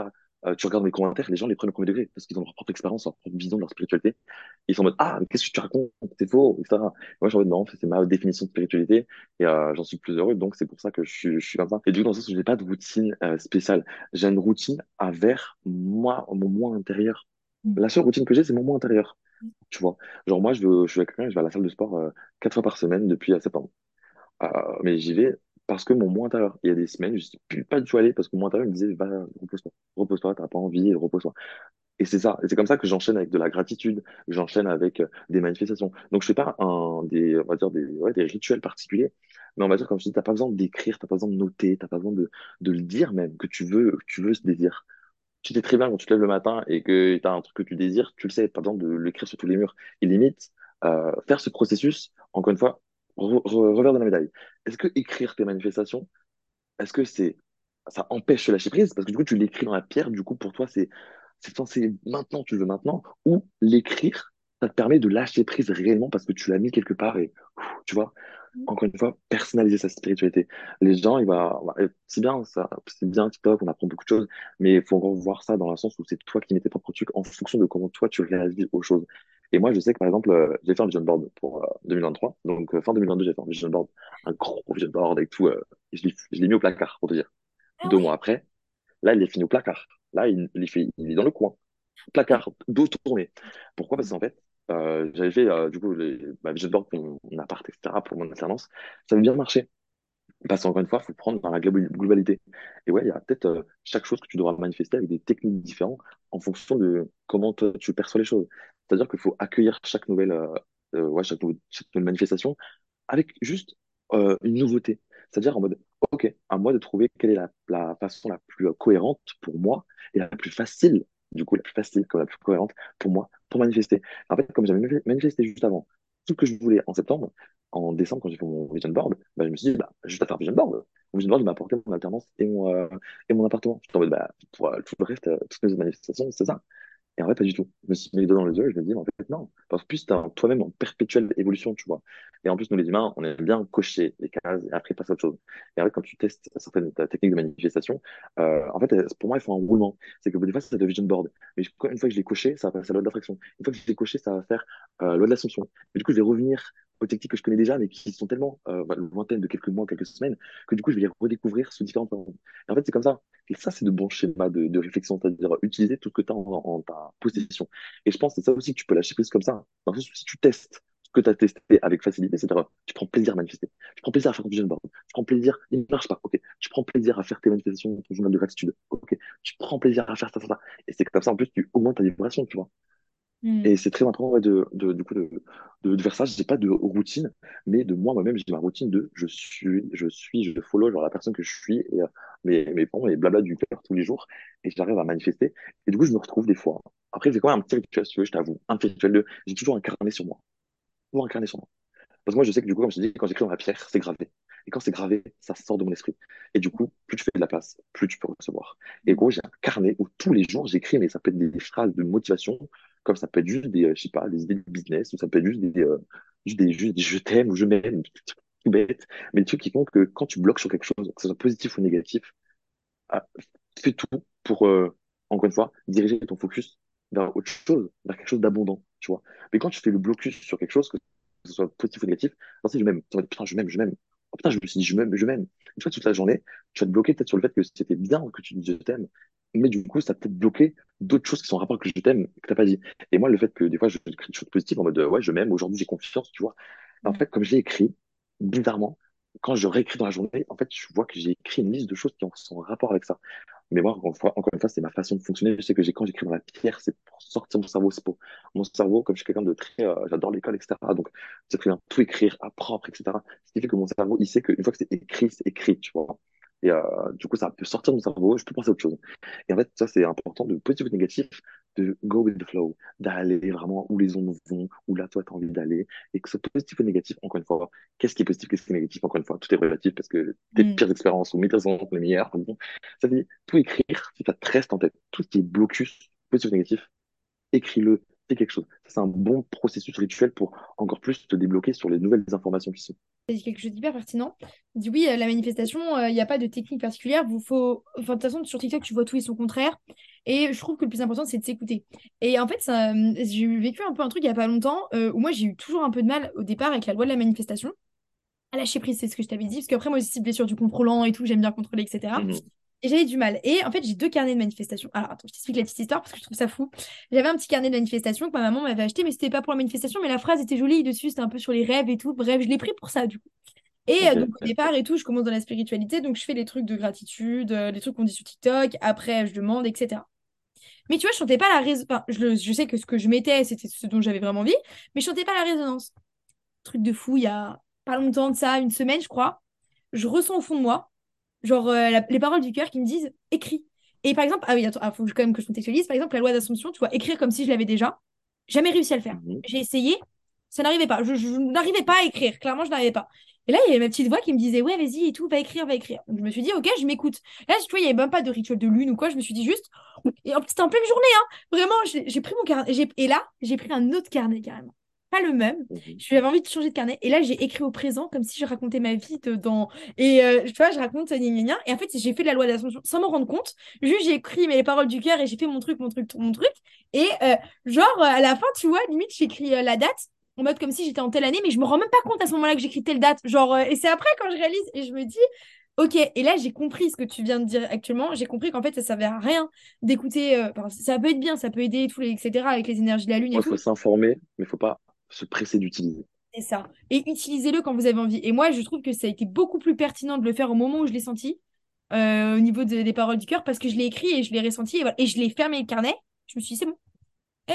euh, tu regardes mes commentaires, les gens les prennent au premier degré parce qu'ils ont leur propre expérience, leur propre vision de leur spiritualité. Ils sont en mode, ah, mais qu'est-ce que tu racontes? C'est faux, et cetera. Et moi, je suis en mode, non, c'est ma définition de spiritualité et euh, j'en suis plus heureux. Donc, c'est pour ça que je suis, je suis comme ça. Et du coup, dans le sens où j'ai pas de routine euh, spéciale, j'ai une routine vers moi, mon moi intérieur. La seule routine que j'ai, c'est mon moi intérieur. Tu vois, genre moi, je veux, je suis avec quelqu'un, je vais à la salle de sport euh, quatre fois par semaine depuis euh, septembre. Euh, mais j'y vais parce que mon moi intérieur, il y a des semaines, je ne suis pas du tout allé parce que mon moi intérieur me disait, va, repose-toi, repose-toi, t'as pas envie, repose-toi. Et c'est ça, et c'est comme ça que j'enchaîne avec de la gratitude, j'enchaîne avec euh, des manifestations. Donc je fais pas un, des, on va dire des, ouais, des rituels particuliers, mais on va dire, comme je dis, t'as pas besoin d'écrire, t'as pas besoin de noter, t'as pas besoin de, de le dire même, que tu veux, que tu veux ce désir. Tu sais très bien quand tu te lèves le matin et que tu as un truc que tu désires, tu le sais, pas besoin de l'écrire sur tous les murs. Et limite, euh, faire ce processus, encore une fois, re- re- revers de la médaille. Est-ce que écrire tes manifestations, est-ce que c'est ça empêche de lâcher prise? Parce que du coup, tu l'écris dans la pierre, du coup, pour toi, c'est c'est censé maintenant, tu le veux maintenant, ou l'écrire, ça te permet de lâcher prise réellement parce que tu l'as mis quelque part et tu vois, encore une fois, personnaliser sa spiritualité. Les gens, il va, va- c'est bien ça, c'est bien TikTok, on apprend beaucoup de choses, mais il faut encore voir ça dans le sens où c'est toi qui mets tes propres trucs en fonction de comment toi tu réagis aux choses. Et moi, je sais que par exemple, euh, j'ai fait un vision board pour euh, deux mille vingt-trois, donc euh, fin deux mille vingt-deux, j'ai fait un vision board, un gros vision board avec tout, euh, et je l'ai je l'ai mis au placard, pour te dire. Ah Deux ouais. mois après, là, il est fini au placard. Là, il, il est fait, il est dans le coin, placard, dos tourné. Pourquoi? Parce qu'en fait, euh, j'avais fait euh, du coup les, ma vision board pour mon, mon appart, et cetera, pour mon alternance. Ça avait bien marché. Parce qu'encore une fois, il faut prendre dans la globa- globalité. Et ouais, il y a peut-être euh, chaque chose que tu devras manifester avec des techniques différentes en fonction de comment toi tu perçois les choses. C'est-à-dire qu'il faut accueillir chaque nouvelle, euh, euh, ouais, chaque, nou- chaque nouvelle manifestation avec juste euh, une nouveauté. C'est-à-dire en mode, OK, à moi de trouver quelle est la, la façon la plus euh, cohérente pour moi et la plus facile, du coup, la plus facile, comme la plus cohérente pour moi, pour manifester. En fait, comme j'avais manif- manifesté juste avant tout ce que je voulais en septembre, en décembre, quand j'ai fait mon vision board, bah, je me suis dit, bah, juste à faire vision board. Mon vision board, il m'a apporté mon alternance et mon, euh, et mon appartement. Je suis en mode, bah, pour euh, tout le reste, euh, toutes mes autres manifestations, c'est ça. Et en fait, pas du tout. Je me suis mis les doigts dans les yeux et je me dis, en fait, non. Parce que plus t'es un- toi-même en perpétuelle évolution, tu vois. Et en plus, nous, les humains, on aime bien cocher les cases et après passer à autre chose. Et en fait, quand tu testes certaines ta- techniques de manifestation, euh, en fait, elles- pour moi, il faut un roulement. C'est que des fois, c'est de vision board. Mais une fois que je l'ai coché, ça va passer à la loi de l'attraction. Une fois que je l'ai coché, ça va faire euh, loi de l'ascension. Et du coup, je vais revenir aux techniques que je connais déjà, mais qui sont tellement euh, bah, lointaines de quelques mois, quelques semaines, que du coup, je vais les redécouvrir sous différentes formes. Et en fait, c'est comme ça. Et ça, c'est de bons schémas de, de réflexion, c'est-à-dire utiliser tout ce que tu as en, en ta possession. Et je pense que c'est ça aussi que tu peux lâcher prise comme ça. Dans le sens où si tu testes ce que tu as testé avec facilité, c'est-à-dire tu prends plaisir à manifester, tu prends plaisir à faire ton vision board, tu prends plaisir, il ne marche pas, ok, tu prends plaisir à faire tes manifestations, ton journal de gratitude, ok, tu prends plaisir à faire ça, ça, ça. Et c'est comme ça, en plus, tu augmentes ta vibration, tu vois. Mm. Et c'est très important ouais, de, de, du coup, de, de, de faire ça. Je n'ai pas de routine, mais de moi, moi-même, j'ai ma routine de je suis, je suis, je follow genre la personne que je suis, et, euh, mes, mes ponts et blabla du cœur tous les jours, et j'arrive à manifester. Et du coup, je me retrouve des fois. Après, j'ai quand même un petit rituel, si tu veux, je t'avoue. Un petit rituel de j'ai toujours incarné sur moi. Toujours incarné sur moi. Parce que moi, je sais que du coup, comme je te dis, quand j'écris dans la pierre, c'est gravé. Et quand c'est gravé, ça sort de mon esprit. Et du coup, plus tu fais de la place, plus tu peux recevoir. Et gros, j'ai un carnet où tous les jours, j'écris, mais ça peut être des phrases de motivation, comme ça peut être juste des, euh, je sais pas, des idées de business, ou ça peut être juste des, euh, juste des, juste des je t'aime ou je m'aime, des trucs tout bêtes, mais des trucs qui font que quand tu bloques sur quelque chose, que ce soit positif ou négatif, ah, fais tout pour, euh, encore une fois, diriger ton focus vers autre chose, vers quelque chose d'abondant, tu vois. Mais quand tu fais le blocus sur quelque chose, que ce soit positif ou négatif, non, c'est je m'aime. Tu vas dire, putain, je m'aime, je m'aime. Oh, putain, je me suis dit, je m'aime, je m'aime. Tu vois, toute la journée, tu vas te bloquer peut-être sur le fait que c'était bien que tu dises je t'aime, mais du coup, ça va peut-être bloqué d'autres choses qui sont en rapport avec le je t'aime que t'as pas dit. Et moi, le fait que des fois, je crée des choses positives en mode, euh, ouais, je m'aime, aujourd'hui, j'ai confiance, tu vois. En fait, comme je l'ai écrit, bizarrement, quand je réécris dans la journée, en fait, je vois que j'ai écrit une liste de choses qui ont- sont en rapport avec ça. Mais moi, encore une fois, encore une fois, c'est ma façon de fonctionner. Je sais que j'ai, quand j'écris dans la pierre, c'est pour sortir mon cerveau. C'est pour mon cerveau, comme je suis quelqu'un de très, euh, j'adore l'école, et cetera. Donc, c'est très bien tout écrire à propre, et cetera. Ce qui fait que mon cerveau, il sait qu'une fois que c'est écrit, c'est écrit, tu vois. Et euh, du coup, ça peut sortir de mon cerveau, je peux penser à autre chose. Et en fait, ça, c'est important de positif ou de négatif, de go with the flow, d'aller vraiment où les ondes vont, où là, toi, tu as envie d'aller. Et que ce soit positif ou négatif, encore une fois, qu'est-ce qui est positif, qu'est-ce qui est négatif, encore une fois, tout est relatif parce que tes Mm. pires expériences ou mes expériences sont les meilleures. Bon, ça dit, tout écrire, si ça te reste en tête, tout ce qui est blocus, positif ou négatif, écris-le, fais quelque chose. Ça, c'est un bon processus rituel pour encore plus te débloquer sur les nouvelles informations qui sont. Tu as dit quelque chose d'hyper pertinent. Il dit oui, euh, la manifestation, euh, il n'y a pas de technique particulière. Vous faut... Enfin, de toute façon, sur TikTok, tu vois tout et son contraire. Et je trouve que le plus important, c'est de s'écouter. Et en fait, ça, euh, j'ai vécu un peu un truc il n'y a pas longtemps euh, où moi, j'ai eu toujours un peu de mal au départ avec la loi de la manifestation. À lâcher prise, c'est ce que je t'avais dit. Parce qu'après, moi aussi, blessure sur du contrôlant et tout, j'aime bien contrôler, et cetera. Mhm. Et j'avais du mal. Et en fait, j'ai deux carnets de manifestation. Alors, attends, je t'explique la petite histoire parce que je trouve ça fou. J'avais un petit carnet de manifestation que ma maman m'avait acheté, mais c'était pas pour la manifestation, mais la phrase était jolie dessus, c'était un peu sur les rêves et tout. Bref, je l'ai pris pour ça, du coup. Et euh, Ok. donc, au départ et tout, je commence dans la spiritualité, donc je fais les trucs de gratitude, euh, les trucs qu'on dit sur TikTok, après, je demande, et cetera. Mais tu vois, je chantais pas la résonance. Enfin, je, le- je sais que ce que je mettais, c'était ce dont j'avais vraiment envie, mais je chantais pas la résonance. Truc de fou, il y a pas longtemps de ça, une semaine, je crois, je ressens au fond de moi, genre, euh, la- les paroles du cœur qui me disent écris. Et par exemple, ah oui, attends, ah, faut que- quand même que je contextualise. Par exemple, la loi d'Assomption, tu vois, écrire comme si je l'avais déjà. Jamais réussi à le faire. Mhm. J'ai essayé, ça n'arrivait pas. Je, je- je n'arrivais pas à écrire. Clairement, je n'arrivais pas. Et là, il y avait ma petite voix qui me disait, ouais, vas-y et tout, va écrire, va écrire. Donc, je me suis dit, ok, je m'écoute. Là, tu vois, il n'y avait même pas de rituel de lune ou quoi. Je me suis dit juste, et en plus, c'était en pleine journée, hein. Vraiment, j'ai j'ai pris mon carnet. j'ai- Et là, j'ai pris un autre carnet carrément. Pas le même. Mhm. J'avais envie de changer de carnet. Et là, j'ai écrit au présent comme si je racontais ma vie dedans. Et euh, tu vois, je raconte euh, gna gna gna. Et en fait, j'ai fait de la loi d'Assomption sans m'en rendre compte. Juste, j'ai écrit mes les paroles du cœur et j'ai fait mon truc, mon truc, mon truc. Et euh, genre, euh, à la fin, tu vois, limite, j'écris euh, la date en mode comme si j'étais en telle année, mais je me rends même pas compte à ce moment-là que j'écris telle date. Genre, euh, et c'est après quand je réalise et je me dis, ok. Et là, j'ai compris ce que tu viens de dire actuellement. J'ai compris qu'en fait, ça servait à rien d'écouter. euh, enfin, ça peut être bien, ça peut aider, tout les, et cetera, avec les énergies de la lune et Ouais, il tout. faut s'informer, mais il faut pas se presser d'utiliser. C'est ça. Et utilisez-le quand vous avez envie. Et moi, je trouve que ça a été beaucoup plus pertinent de le faire au moment où je l'ai senti, euh, au niveau de- des paroles du cœur, parce que je l'ai écrit et je l'ai ressenti, et, voilà. Et je l'ai fermé le carnet. Je me suis dit, c'est bon. Eh,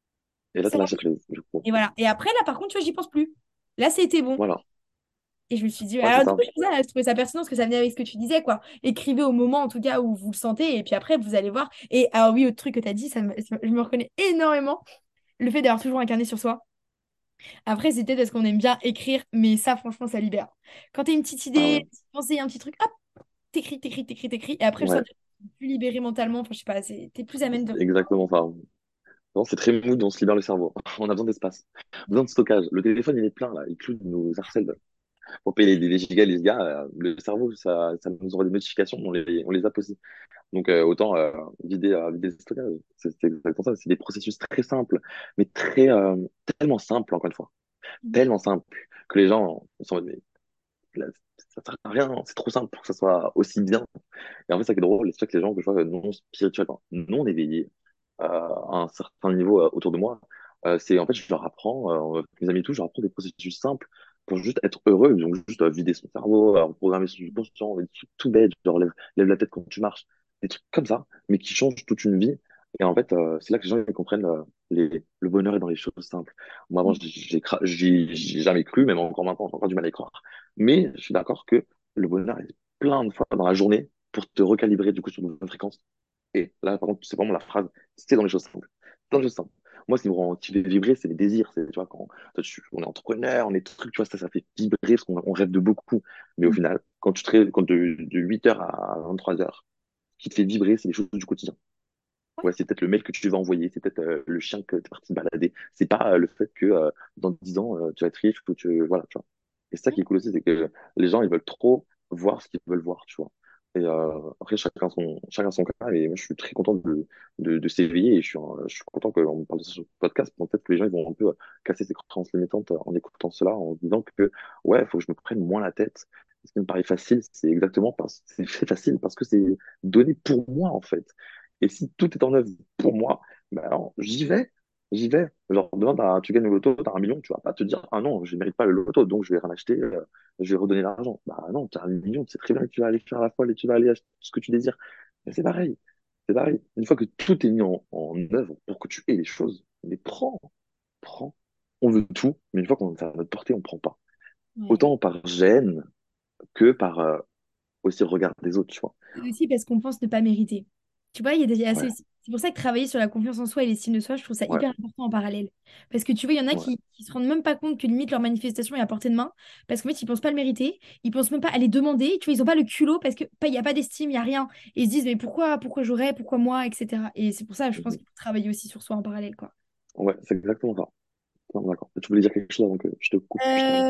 Et là, ça t'as va. lâché prise, du coup. Et voilà. Et après, là, par contre, tu vois, j'y pense plus. Là, c'était bon. Voilà. Et je me suis dit, Ouais, c'est alors du ça. coup, je trouvais ça, je trouvais ça pertinent parce que ça venait avec ce que tu disais, quoi. Écrivez au moment, en tout cas, où vous le sentez, et puis après, vous allez voir. Et alors, oui, autre truc que tu as dit, ça me- ça- je me reconnais énormément, le fait d'avoir toujours un carnet sur soi. Après, c'est peut-être parce qu'on aime bien écrire, mais ça, franchement, ça libère. Quand tu as une petite Ah idée, ouais. une petite pensée, un petit truc, hop, t'écris, t'écris, t'écris, t'écris, et après, je sens Ouais, que t'es plus libéré mentalement. Enfin, je sais pas, c'est- t'es plus amène de. c'est exactement ça. Non, c'est très mood, on se libère le cerveau. On a besoin d'espace, besoin de stockage. Le téléphone, il est plein, là. Il cloue, il nous harcèle pour payer les, les gigas, les gigas. euh, Le cerveau, ça, ça nous envoie des notifications, on les, on les zappe aussi. Donc, euh, autant euh, vider, euh, vider le stockage. C'est c'est exactement ça. C'est des processus très simples, mais très, euh, tellement simples, encore une fois. Mhm. Tellement simples que les gens sont en mode, mais là, ça sert à rien, c'est trop simple pour que ça soit aussi bien. Et en fait, ça qui est drôle, c'est que les gens que je vois non spirituels, enfin, non éveillés euh, à un certain niveau euh, autour de moi, euh, c'est en fait, je leur apprends, euh, mes amis et tout, je leur apprends des processus simples pour juste être heureux, donc juste euh, vider son cerveau, euh, reprogrammer son subconscient, des trucs tout bêtes, genre lève, lève la tête quand tu marches, des trucs comme ça, mais qui changent toute une vie. Et en fait, euh, c'est là que les gens ils comprennent euh, les, le bonheur est dans les choses simples. Moi, avant, j'ai j'ai cra- j'y j'y ai jamais cru, même encore maintenant, j'ai encore du mal à y croire. Mais je suis d'accord que le bonheur est plein de fois dans la journée pour te recalibrer du coup sur une bonne fréquence. Et là, par contre, c'est vraiment la phrase, c'est dans les choses simples. Dans les choses simples. Moi, ce qui me rend, qui fait vibrer, c'est les désirs. C'est, tu vois, quand toi, tu- on est entrepreneur, on est truc, tu vois, ça, ça fait vibrer parce qu'on on rêve de beaucoup. Mais au final, quand tu te rêves, quand de, de huit heures à vingt-trois heures, ce qui te fait vibrer, c'est les choses du quotidien. Ouais. Ouais, c'est peut-être le mail que tu vas envoyer, c'est peut-être euh, le chien que tu es parti balader. C'est pas euh, le fait que euh, dans dix ans, euh, tu vas être riche ou tu, voilà, tu vois. Et ça qui est cool aussi, c'est que les gens, ils veulent trop voir ce qu'ils veulent voir, tu vois. Et euh, après, chacun son, chacun son cas. Et moi, je suis très content de, de, de s'éveiller et je suis, un- je suis content qu'on me parle de ce podcast. Peut-être que les gens, ils vont un peu euh, casser ces croyances limitantes en écoutant cela, en se disant que, ouais, il faut que je me prenne moins la tête. Ce qui me paraît facile, c'est exactement parce c'est fait facile parce que c'est donné pour moi, en fait. Et si tout est en œuvre pour moi, ben alors j'y vais, j'y vais. Genre demain, t'as- tu gagnes le loto, t'as un million, tu vas pas te dire, ah non, je ne mérite pas le loto, donc je vais rien acheter, euh, je vais redonner l'argent. Bah non, tu as un million, tu sais très bien que tu vas aller faire la folle et tu vas aller acheter tout ce que tu désires. Mais c'est pareil, c'est pareil. Une fois que tout est mis en, en œuvre pour que tu aies les choses, mais prends, prends. On veut tout, mais une fois qu'on est à notre portée, on prend pas. Ouais. Autant par gêne que par euh, aussi le regard des autres, tu vois. Et aussi parce qu'on pense ne pas mériter. Tu vois, il y a des, il y a Ouais, c'est c'est pour ça que travailler sur la confiance en soi et l'estime de soi, je trouve ça ouais, hyper important en parallèle. Parce que tu vois, il y en a ouais. qui, qui se rendent même pas compte que limite leur manifestation est à portée de main, parce qu'en fait, ils pensent pas le mériter, ils pensent même pas à les demander, tu vois, ils ont pas le culot parce que pas- il n'y a pas d'estime, il n'y a rien. Et ils se disent, mais pourquoi, pourquoi j'aurais, pourquoi moi, et cetera. Et c'est pour ça, je pense Mhm. qu'il faut travailler aussi sur soi en parallèle, quoi. Ouais, c'est exactement ça. Non, d'accord. Tu voulais dire quelque chose avant que je te coupe, je Euh, t'arrête.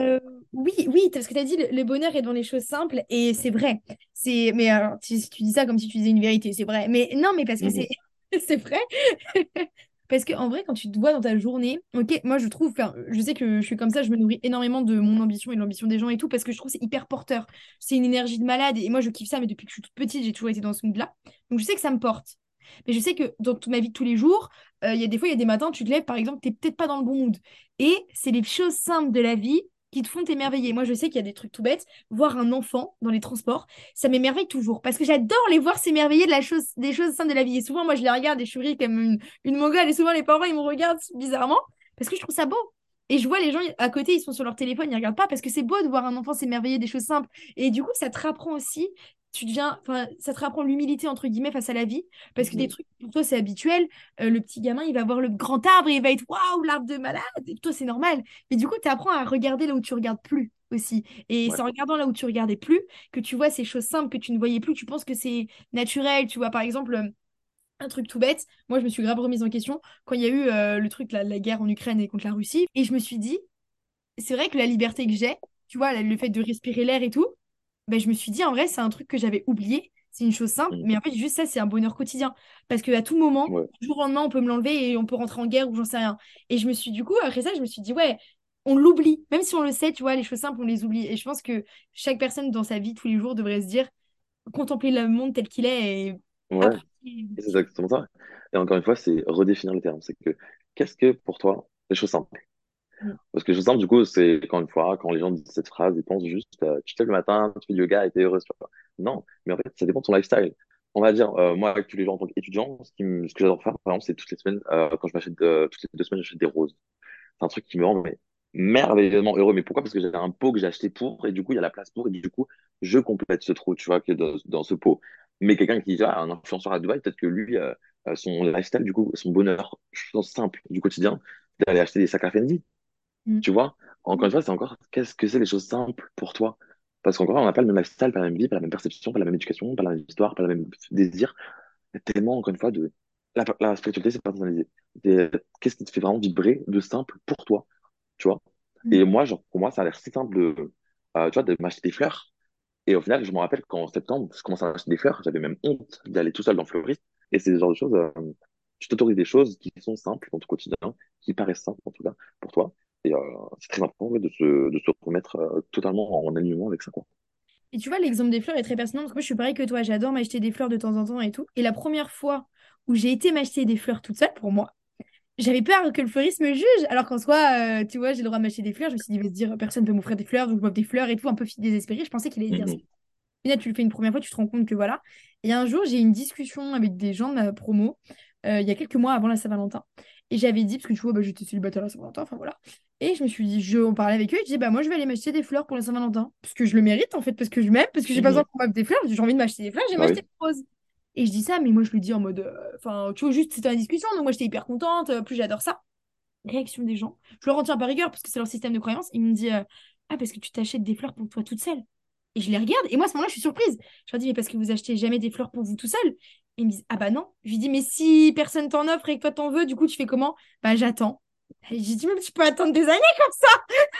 Oui, oui, parce que tu as dit le, le bonheur est dans les choses simples et c'est vrai. C'est mais alors tu, tu dis ça comme si tu disais une vérité, c'est vrai. Mais non, mais parce que c'est Mhm. c'est vrai. Parce que en vrai, quand tu te vois dans ta journée, ok, moi je trouve, enfin, je sais que je suis comme ça, je me nourris énormément de mon ambition et de l'ambition des gens et tout, parce que je trouve que c'est hyper porteur. C'est une énergie de malade et moi je kiffe ça, mais depuis que je suis toute petite, j'ai toujours été dans ce mood-là. Donc je sais que ça me porte. Mais je sais que dans toute ma vie de tous les jours, euh, il y a des fois, il y a des matins, tu te lèves, par exemple, t'es peut-être pas dans le bon mood. Et c'est les choses simples de la vie qui te font t'émerveiller. Moi, je sais qu'il y a des trucs tout bêtes. Voir un enfant dans les transports, ça m'émerveille toujours. Parce que j'adore les voir s'émerveiller de la chose, des choses simples de la vie. Et souvent, moi, je les regarde et je suis rie comme une, une mongole. Et souvent, les parents, ils me regardent bizarrement parce que je trouve ça beau. Et je vois les gens à côté, ils sont sur leur téléphone, ils regardent pas parce que c'est beau de voir un enfant s'émerveiller des choses simples. Et du coup, ça te rapprend aussi, tu deviens, enfin, ça te rapprend l'humilité, entre guillemets, face à la vie. Parce que des Mhm. trucs, pour toi, c'est habituel. Euh, le petit gamin, il va voir le grand arbre et il va être waouh, l'arbre de malade. Et toi, c'est normal. Mais du coup, tu apprends à regarder là où tu regardes plus aussi. Et c'est Ouais. en regardant là où tu regardais plus que tu vois ces choses simples que tu ne voyais plus. Tu penses que c'est naturel. Tu vois, par exemple, euh, un truc tout bête. Moi, je me suis grave remise en question quand il y a eu euh, le truc, la, la guerre en Ukraine et contre la Russie. Et je me suis dit, c'est vrai que la liberté que j'ai, tu vois, le fait de respirer l'air et tout, ben, je me suis dit, en vrai, c'est un truc que j'avais oublié. C'est une chose simple, Mhm. mais en fait, juste ça, c'est un bonheur quotidien. Parce qu'à tout moment, Ouais. du jour au lendemain, on peut me l'enlever et on peut rentrer en guerre ou j'en sais rien. Et je me suis, du coup, après ça, je me suis dit, ouais, on l'oublie. Même si on le sait, tu vois, les choses simples, on les oublie. Et je pense que chaque personne dans sa vie, tous les jours, devrait se dire, contempler le monde tel qu'il est et Ouais. apprécier. Et c'est exactement ça. Et encore une fois, c'est redéfinir le terme. C'est que, qu'est-ce que pour toi, les choses simples? Mm, Parce que les choses simples, du coup, c'est encore une fois, quand les gens disent cette phrase, ils pensent juste, euh, tu te lèves le matin, tu fais du yoga et t'es heureuse, tu vois. Non, mais en fait, ça dépend de ton lifestyle. On va dire, euh, moi, tous les jours en tant qu'étudiant, ce qui me- ce que j'adore faire, par exemple, c'est toutes les semaines, euh, quand je m'achète, euh, toutes les deux semaines, j'achète des roses. C'est un truc qui me rend mais, merveilleusement heureux. Mais pourquoi? Parce que j'ai un pot que j'ai acheté pour, et du coup, il y a la place pour, et du coup, je complète ce trou, tu vois, que dans, dans ce pot. Mais quelqu'un qui, ah, un influenceur à Dubaï, peut-être que lui, euh, euh, son lifestyle, du coup, son bonheur, chose simple du quotidien, c'est d'aller acheter des sacs à Fendi, mm, tu vois. Encore mm. une fois, c'est encore, qu'est-ce que c'est les choses simples pour toi? Parce qu'encore, on n'a pas le même lifestyle, pas la même vie, pas la même perception, pas la même éducation, pas la même histoire, pas le même désir. Il y a tellement, encore une fois, de, la, la spiritualité, c'est personnalisé. C'est- Qu'est-ce qui te fait vraiment vibrer de simple pour toi? Tu vois. Mm. Et moi, genre, pour moi, ça a l'air si simple de, euh, tu vois, de m'acheter des fleurs. Et au final, je me rappelle qu'en septembre, je commençais à acheter des fleurs, j'avais même honte d'aller tout seul dans le fleuriste. Et c'est ce genre de choses, euh, tu t'autorises des choses qui sont simples dans ton quotidien, qui paraissent simples en tout cas pour toi. Et euh, c'est très important ouais, de se, de se remettre euh, totalement en alignement avec ça, quoi. Et tu vois, l'exemple des fleurs est très pertinent parce que moi, je suis pareil que toi. J'adore m'acheter des fleurs de temps en temps et tout. Et la première fois où j'ai été m'acheter des fleurs toute seule pour moi, j'avais peur que le fleuriste me juge. Alors qu'en soi, euh, tu vois, j'ai le droit de m'acheter des fleurs. Je me suis dit, il va se dire, personne ne peut m'offrir des fleurs, donc je m'offre des fleurs et tout, un peu désespérée. Je pensais qu'il allait se dire ça. Mhm. Et là, tu le fais une première fois, tu te rends compte que voilà. Et un jour, j'ai eu une discussion avec des gens de ma promo, euh, il y a quelques mois avant la Saint-Valentin. Et j'avais dit, parce que tu vois, bah, j'étais célibataire à la Saint-Valentin, enfin voilà. Et je me suis dit, je, on parlait avec eux, et je disais, bah moi, je vais aller m'acheter des fleurs pour la Saint-Valentin. Parce que je le mérite, en fait, parce que je m'aime, parce que j'ai pas besoin Mhm. qu'on m'offre des fleurs, j'ai envie de m'acheter des fleurs, j'ai Bah m'acheter oui. des roses. Et je dis ça, mais moi, je le dis en mode, euh, enfin, tu vois, juste, c'était une discussion, donc moi, j'étais hyper contente, euh, plus j'adore ça. Réaction des gens. Je leur en tiens par rigueur, parce que c'est leur système de croyance. Ils me disent, euh, ah, parce que tu t'achètes des fleurs pour toi toute seule. Et je les regarde, et moi, à ce moment-là, je suis surprise. Je leur dis, mais parce que vous achetez jamais des fleurs pour vous tout seul. Et ils me disent, ah bah non. Je lui dis, mais si personne t'en offre et que toi t'en veux, du coup, tu fais comment? Bah j'attends. Et j'ai dit, mais tu peux attendre des années comme ça.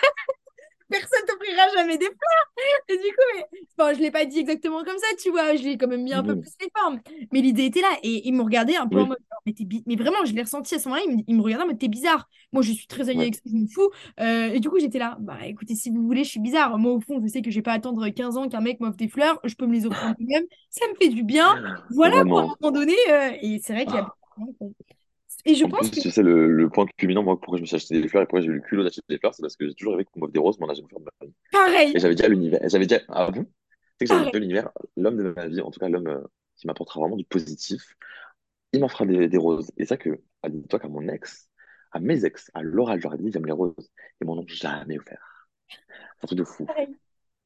Personne t'offrira jamais des fleurs. Et du coup, mais... bon, je l'ai pas dit exactement comme ça, tu vois. Je l'ai quand même mis un peu Mhm. plus les formes. Mais l'idée était là. Et ils me regardaient un peu en Oui. mode, mais, t'es bi- mais vraiment, je l'ai ressenti à ce moment-là. Ils me, ils me regardaient en mode, t'es bizarre. Moi, je suis très alignée Ouais. avec ça, je m'en fous. Euh, et du coup, j'étais là. Bah écoutez, si vous voulez, je suis bizarre. Moi, au fond, je sais que je vais pas attendre quinze ans qu'un mec m'offre des fleurs. Je peux me les offrir moi-même. Ça me fait du bien. Voilà quoi, à un Vraiment. moment donné. euh, et c'est vrai qu'il y a beaucoup de gens qui- Et je En pense plus, que. tu sais, le, le point culminant, moi, pourquoi je me suis acheté des fleurs et pourquoi j'ai eu le culot d'acheter des fleurs, c'est parce que j'ai toujours rêvé qu'on m'offre des roses, moi, on n'a jamais fait de ma vie. Pareil. Et j'avais déjà l'univers, j'avais déjà, ah bon? Tu sais que j'avais Pareil. déjà l'univers, l'homme de ma vie, en tout cas, l'homme euh, qui m'apportera vraiment du positif, il m'en fera des, des roses. Et ça que, ah, dis-toi qu'à mon ex, à mes ex, à l'oral, j'aurais dit, j'aime les roses. Ils m'en ont jamais offert. C'est un truc de fou. Pareil.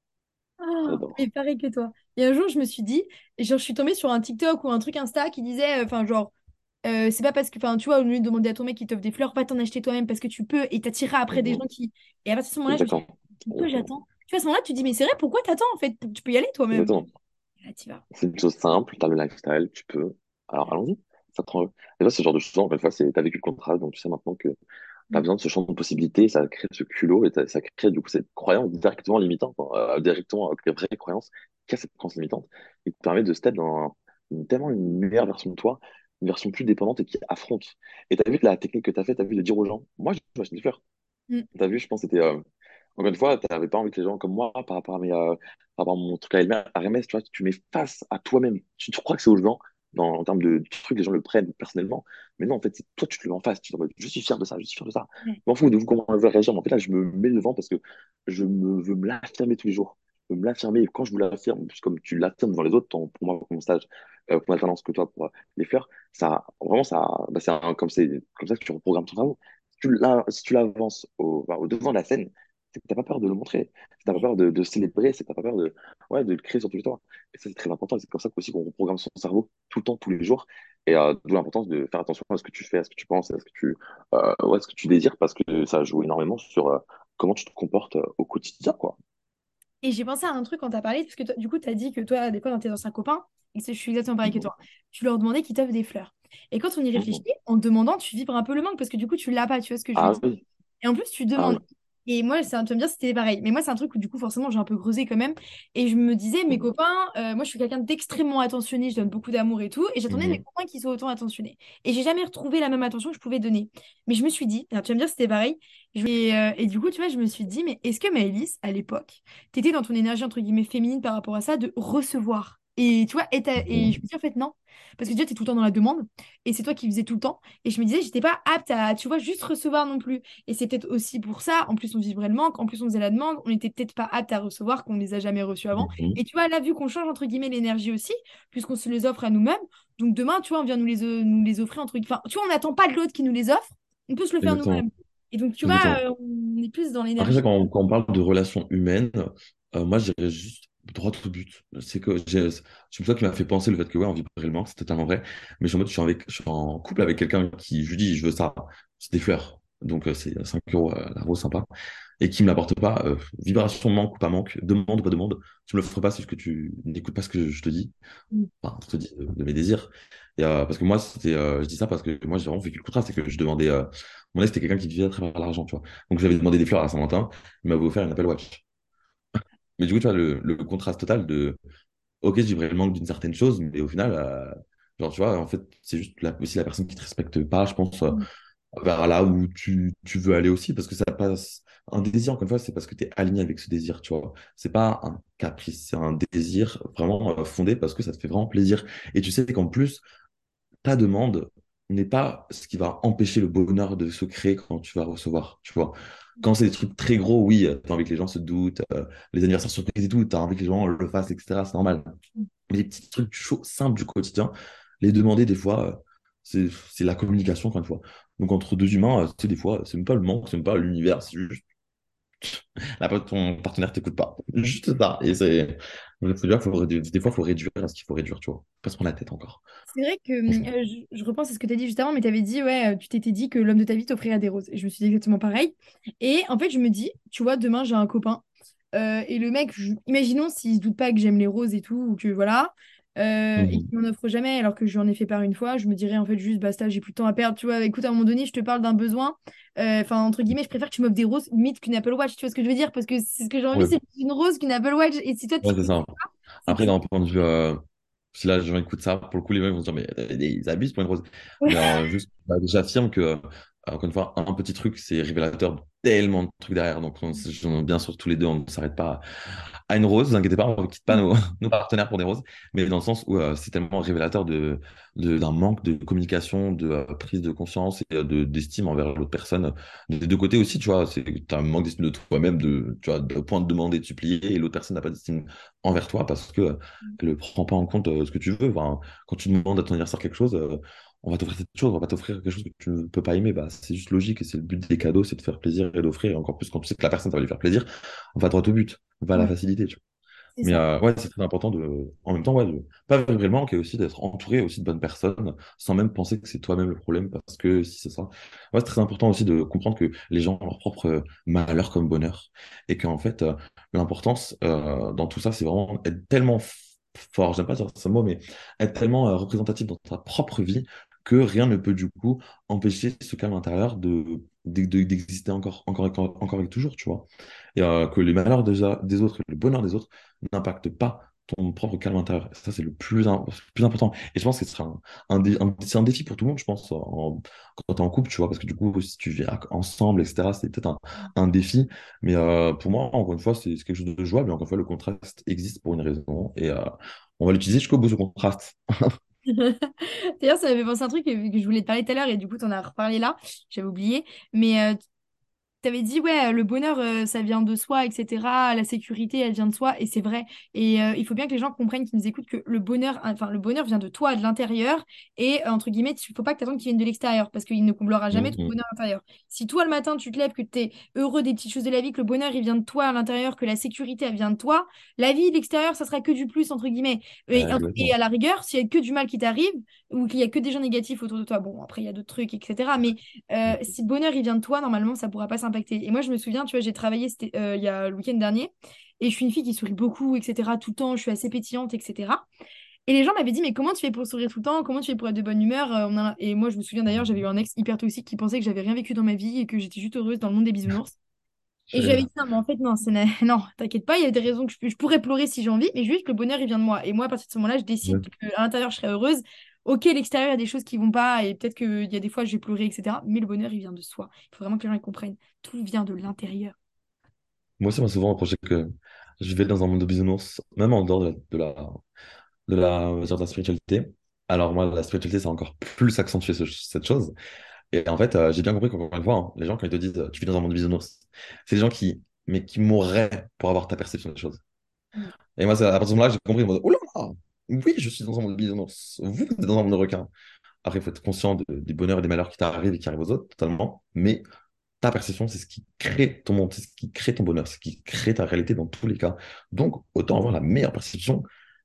Ah, mais J'adore. pareil que toi. Et un jour, je me suis dit, et genre, je suis tombée sur un TikTok ou un truc Insta qui disait, euh, enfin, genre, euh, c'est pas parce que, enfin, tu vois, au lieu de demander à ton mec qui t'offre des fleurs, va t'en acheter toi-même parce que tu peux et t'attireras après des Mhm. gens qui. Et à partir de ce moment-là, je me suis dit, Exactement. tu peux, Exactement. j'attends. Tu vois, à ce moment-là, tu te dis, mais c'est vrai, pourquoi t'attends en fait? Tu peux y aller toi-même. Exactement. Et là, tu vas. C'est une chose simple, t'as le lifestyle, tu peux. Alors, allons-y. Ça te rend. Et là, ce genre de choses, encore une fois, c'est, t'as vécu le contrat, donc tu sais maintenant que tu as Mm. besoin de ce champ de possibilités, ça crée ce culot et ça ça crée du coup cette croyance directement limitante, hein, euh, directement, euh, vraie croyance qui a cette croyance limitante et qui te permet de step dans une- tellement une meilleure version de toi, une version plus dépendante et qui affronte. Et tu as vu la technique que tu as fait, tu as vu de dire aux gens, moi, je vais acheter des fleurs. Mm. Tu as vu, je pense que c'était. euh, Encore une fois, tu n'avais pas envie que les gens comme moi, par rapport à, mes, euh, par rapport à mon truc à Hermès, à Hermès, tu vois, tu mets face à toi-même. Tu, tu crois que c'est aux gens, dans, en termes de, de trucs, les gens le prennent personnellement. Mais non, en fait, c'est toi, tu te le mets en face. Tu te dis, en mode, je suis fier de ça, je suis fier de ça. Ouais. Je m'en fous de vous comment on va réagir. Mais en fait, là, je me mets devant parce que je me, veux me l'affirmer tous les jours. Je veux me l'affirmer. Et quand je vous l'affirme, plus comme tu l'affirmes devant les autres, ton- pour moi, pour mon stage, euh, pour ma alternance que toi, pour euh, les fleurs, ça, vraiment, ça, bah, c'est un- comme, c'est comme ça que tu reprogrammes ton cerveau. Si tu l'as- si tu l'avances au, bah, au devant de la scène, c'est que t'as pas peur de le montrer, c'est que t'as pas Ouais. peur de, de célébrer, c'est que t'as pas peur de, ouais, de le créer sur tout le temps. Et ça, c'est très important. Et c'est comme ça aussi qu'on reprogramme son cerveau tout le temps, tous les jours. Et euh, d'où l'importance de faire attention à ce que tu fais, à ce que tu penses, à ce que tu, euh, ouais, à ce que tu désires, parce que ça joue énormément sur euh, comment tu te comportes euh, au quotidien, quoi. Et j'ai pensé à un truc quand t'as parlé, parce que toi- du coup, t'as dit que toi, des fois, dans tes anciens copains, et que je suis exactement pareil que Mhm. toi, tu leur demandais qu'ils t'offrent des fleurs. Et quand on y réfléchit, Mhm. en te demandant, tu vibres un peu le manque, parce que du coup, tu l'as pas, tu vois ce que je veux Ah dire. oui, Et en plus, tu ah demandes. oui. Et moi, c'est un- tu vas me dire si c'était pareil. Mais moi, c'est un truc où, du coup, forcément, j'ai un peu creusé quand même. Et je me disais, mes Mhm. copains, euh, moi, je suis quelqu'un d'extrêmement attentionné, je donne beaucoup d'amour et tout. Et j'attendais de mes Mhm. copains qui soient autant attentionnés. Et j'ai jamais retrouvé la même attention que je pouvais donner. Mais je me suis dit, alors, tu vas me dire si c'était pareil. Je- Et, euh, et du coup, tu vois, je me suis dit, mais est-ce que Maëlys, à l'époque, t'étais dans ton énergie, entre guillemets, féminine par rapport à ça, de recevoir? Et tu vois, et, t'as- et je Mhm. me dis, en fait, non. Parce que déjà, tu es tout le temps dans la demande. Et c'est toi qui faisais tout le temps. Et je me disais, j'étais pas apte à, tu vois, juste recevoir non plus. Et c'est peut-être aussi pour ça, en plus on vivrait le manque, en plus on faisait la demande, on n'était peut-être pas apte à recevoir, qu'on ne les a jamais reçus avant. Mhm. Et tu vois, là, vu qu'on change entre guillemets l'énergie aussi, puisqu'on se les offre à nous-mêmes, donc demain, tu vois, on vient nous les, euh, nous les offrir entre guillemets. Enfin, tu vois, on n'attend pas de l'autre qui nous les offre, on peut se le faire Exactement. nous-mêmes. Et donc, tu vois, Exactement. euh, on est plus dans Après ça, l'énergie. quand on, quand on parle de relations humaines, euh, moi, je dirais juste droit au but. C'est que j'ai, c'est ça qui m'a fait penser le fait que, ouais, on vibrait le manque, c'est totalement vrai. Mais je suis en mode, je suis, avec, je suis en couple avec quelqu'un qui, je lui dis, je veux ça, c'est des fleurs. Donc, euh, c'est cinq euros euh, la rose sympa. Et qui me l'apporte pas, euh, vibration manque ou pas manque, demande ou pas demande, tu me le feras pas, c'est juste que tu n'écoutes pas ce que je te dis. Mm. Enfin, je te dis de, de mes désirs. Et, euh, parce que moi, c'était, euh, je dis ça parce que moi, j'ai vraiment vécu le contraire, c'est que je demandais, euh, mon ex, c'était quelqu'un qui vivait à travers l'argent, tu vois. Donc, j'avais demandé des fleurs à Saint-Valentin, il m'avait offert une Apple Watch. Mais du coup, tu vois, le, le contraste total de, ok, je vibrais le manque d'une certaine chose, mais au final, euh, genre, tu vois, en fait, c'est juste la, aussi la personne qui te respecte pas, je pense, euh, Mm. vers là où tu, tu veux aller aussi, parce que ça passe. Un désir, encore une fois, c'est parce que tu es aligné avec ce désir, tu vois. C'est pas un caprice, c'est un désir vraiment euh, fondé parce que ça te fait vraiment plaisir. Et tu sais qu'en plus, ta demande n'est pas ce qui va empêcher le bonheur de se créer quand tu vas recevoir, tu vois. Quand c'est des trucs très gros, oui, tu as envie que les gens se doutent, euh, les anniversaires surprises et tout, tu as envie que les gens le fassent, et cetera. C'est normal. Mais les petits trucs chauds, simples du quotidien, les demander des fois, euh, c'est c'est la communication, encore une fois. Donc entre deux humains, euh, tu sais, des fois, c'est même pas le manque, c'est même pas l'univers, c'est juste la, ton partenaire t'écoute pas. Juste ça. Et c'est. Faut dire, faut réduire- des fois, il faut réduire à ce qu'il faut réduire, tu vois. Pas se prendre la tête encore. C'est vrai que Franchement. euh, je, je repense à ce que tu as dit juste avant, mais tu avais dit, ouais, euh, tu t'étais dit que l'homme de ta vie t'offrirait des roses. Et je me suis dit exactement pareil. Et en fait, je me dis, tu vois, demain, j'ai un copain. euh, et le mec, je- imaginons s'il se doute pas que j'aime les roses et tout, ou que voilà, euh, et qu'il Mhm. m'en offre jamais, alors que je lui en ai fait part une fois, je me dirais en fait juste, basta, j'ai plus de temps à perdre. Tu vois, écoute, à un moment donné, je te parle d'un besoin. euh, Enfin, entre guillemets, je préfère que tu m'offres des roses limite qu'une Apple Watch. Tu vois ce que je veux dire? Parce que c'est ce que j'ai envie, Ouais, c'est plus une rose qu'une Apple Watch. Et si toi, tu ouais, c'est peux ça. pas, c'est que Après, tu. d'un point de vue, euh, si là, les gens écoutent ça, pour le coup, les gens ils vont se dire, mais euh, ils abusent pour une rose. Mais euh, juste, bah, j'affirme que, euh, encore une fois, un petit truc, c'est révélateur de tellement de trucs derrière. Donc, on, on- bien sûr, tous les deux, on ne s'arrête pas à une rose, vous inquiétez pas, on ne quitte pas nos, nos partenaires pour des roses, mais dans le sens où euh, c'est tellement révélateur de, de- d'un manque de communication, de euh, prise de conscience et euh, de, d'estime envers l'autre personne. Des deux côtés aussi, tu vois, c'est, tu as un manque d'estime de toi-même, de, tu vois, de point de demander, de supplier, et l'autre personne n'a pas d'estime envers toi parce que euh, elle ne prend pas en compte euh, ce que tu veux. Enfin, quand tu demandes à ton anniversaire quelque chose, euh, on va t'offrir cette chose, on va pas t'offrir quelque chose que tu ne peux pas aimer. Bah, c'est juste logique et c'est le but des cadeaux, c'est de faire plaisir et d'offrir. Et encore plus quand tu sais que la personne, ça va lui faire plaisir, on va droit au but, on va à la Ouais, facilité. Tu vois. c'est Mais ça. euh, ouais, c'est très important de, en même temps, ouais, de pas vivre le manque et aussi d'être entouré aussi de bonnes personnes sans même penser que c'est toi-même le problème parce que si c'est ça. Ouais, c'est très important aussi de comprendre que les gens ont leur propre euh, malheur comme bonheur et qu'en fait, euh, l'importance euh, dans tout ça, c'est vraiment être tellement f- fort, j'aime pas dire ce mot, mais être tellement euh, représentatif dans ta propre vie que rien ne peut du coup empêcher ce calme intérieur de, de- de- d'exister encore, encore, encore, encore et toujours, tu vois. Et euh, que les malheurs des, des autres, le bonheur des autres n'impactent pas ton propre calme intérieur. Ça, c'est le plus, im- le plus important. Et je pense que ce sera un, un, dé- un- c'est un défi pour tout le monde, je pense, en- quand tu es en couple, tu vois, parce que du coup, si tu vis ac- ensemble, et cetera, c'est peut-être un, un défi. Mais euh, pour moi, encore une fois, c'est c'est quelque chose de jouable. Et encore une fois, le contraste existe pour une raison. Et euh, on va l'utiliser jusqu'au bout, ce contraste. D'ailleurs, ça m'avait pensé un truc que, que je voulais te parler tout à l'heure et du coup, tu en as reparlé là, j'avais oublié. Mais euh, t'avais dit, ouais, le bonheur, euh, ça vient de soi, et cetera. La sécurité, elle vient de soi, et c'est vrai. Et euh, il faut bien que les gens comprennent, qui nous écoutent, que le bonheur, enfin, le bonheur vient de toi, de l'intérieur. Et euh, entre guillemets, il faut pas que tu attendes qu'il vienne de l'extérieur, parce qu'il ne comblera jamais ton Mhm. bonheur intérieur. Si toi, le matin, tu te lèves, que tu es heureux des petites choses de la vie, que le bonheur, il vient de toi à l'intérieur, que la sécurité, elle vient de toi, la vie, l'extérieur, ça sera que du plus, entre guillemets. Et, et Exactement. à la rigueur, s'il y a que du mal qui t'arrive, ou qu'il y a que des gens négatifs autour de toi, bon, après, il y a d'autres trucs, et cetera. Mais euh, si le bonheur il vient de toi, normalement ça pourra pas s'impacter. Et moi je me souviens, tu vois, j'ai travaillé c'était, euh, il y a le week-end dernier et je suis une fille qui sourit beaucoup, et cetera. Tout le temps, je suis assez pétillante, et cetera. Et les gens m'avaient dit, mais comment tu fais pour sourire tout le temps? Comment tu fais pour être de bonne humeur? Euh, on a... Et moi je me souviens d'ailleurs, j'avais eu un ex hyper toxique qui pensait que j'avais rien vécu dans ma vie et que j'étais juste heureuse dans le monde des bisounours. Et j'avais Euh, dit, non, mais en fait, non, c'est na- non, t'inquiète pas, il y a des raisons que je, je pourrais pleurer si j'ai envie, mais juste que le bonheur, il vient de moi. Et moi, à partir de ce moment-là, je décide ouais. qu'à l'intérieur, je serai heureuse. Ok, l'extérieur, il y a des choses qui vont pas, et peut-être qu'il y a des fois, je vais pleurer, et cetera. Mais le bonheur, il vient de soi. Il faut vraiment que les gens ils comprennent. Tout vient de l'intérieur. Moi aussi, on m'a souvent reproché que je vivais dans un monde de bisounours, même en dehors de la, de la, de la, on va dire de la spiritualité. Alors moi, la spiritualité, c'est encore plus accentué ce- cette chose. Et en fait, euh, j'ai bien compris qu'encore une fois, hein, les gens, quand ils te disent euh, tu vis dans un monde de bisounours, c'est des gens qui, mais qui mourraient pour avoir ta perception des choses. Mm. Et moi, c'est à partir de ce moment-là que j'ai compris, en mode, oh là là, oui, je suis dans un monde de bisounours. Vous, vous êtes dans un monde de requins. Après, il faut être conscient de- des bonheurs et des malheurs qui t'arrivent et qui arrivent aux autres, totalement. Mais ta perception, c'est ce qui crée ton monde, c'est ce qui crée ton bonheur, c'est ce qui crée ta réalité dans tous les cas. Donc, autant avoir la meilleure perception.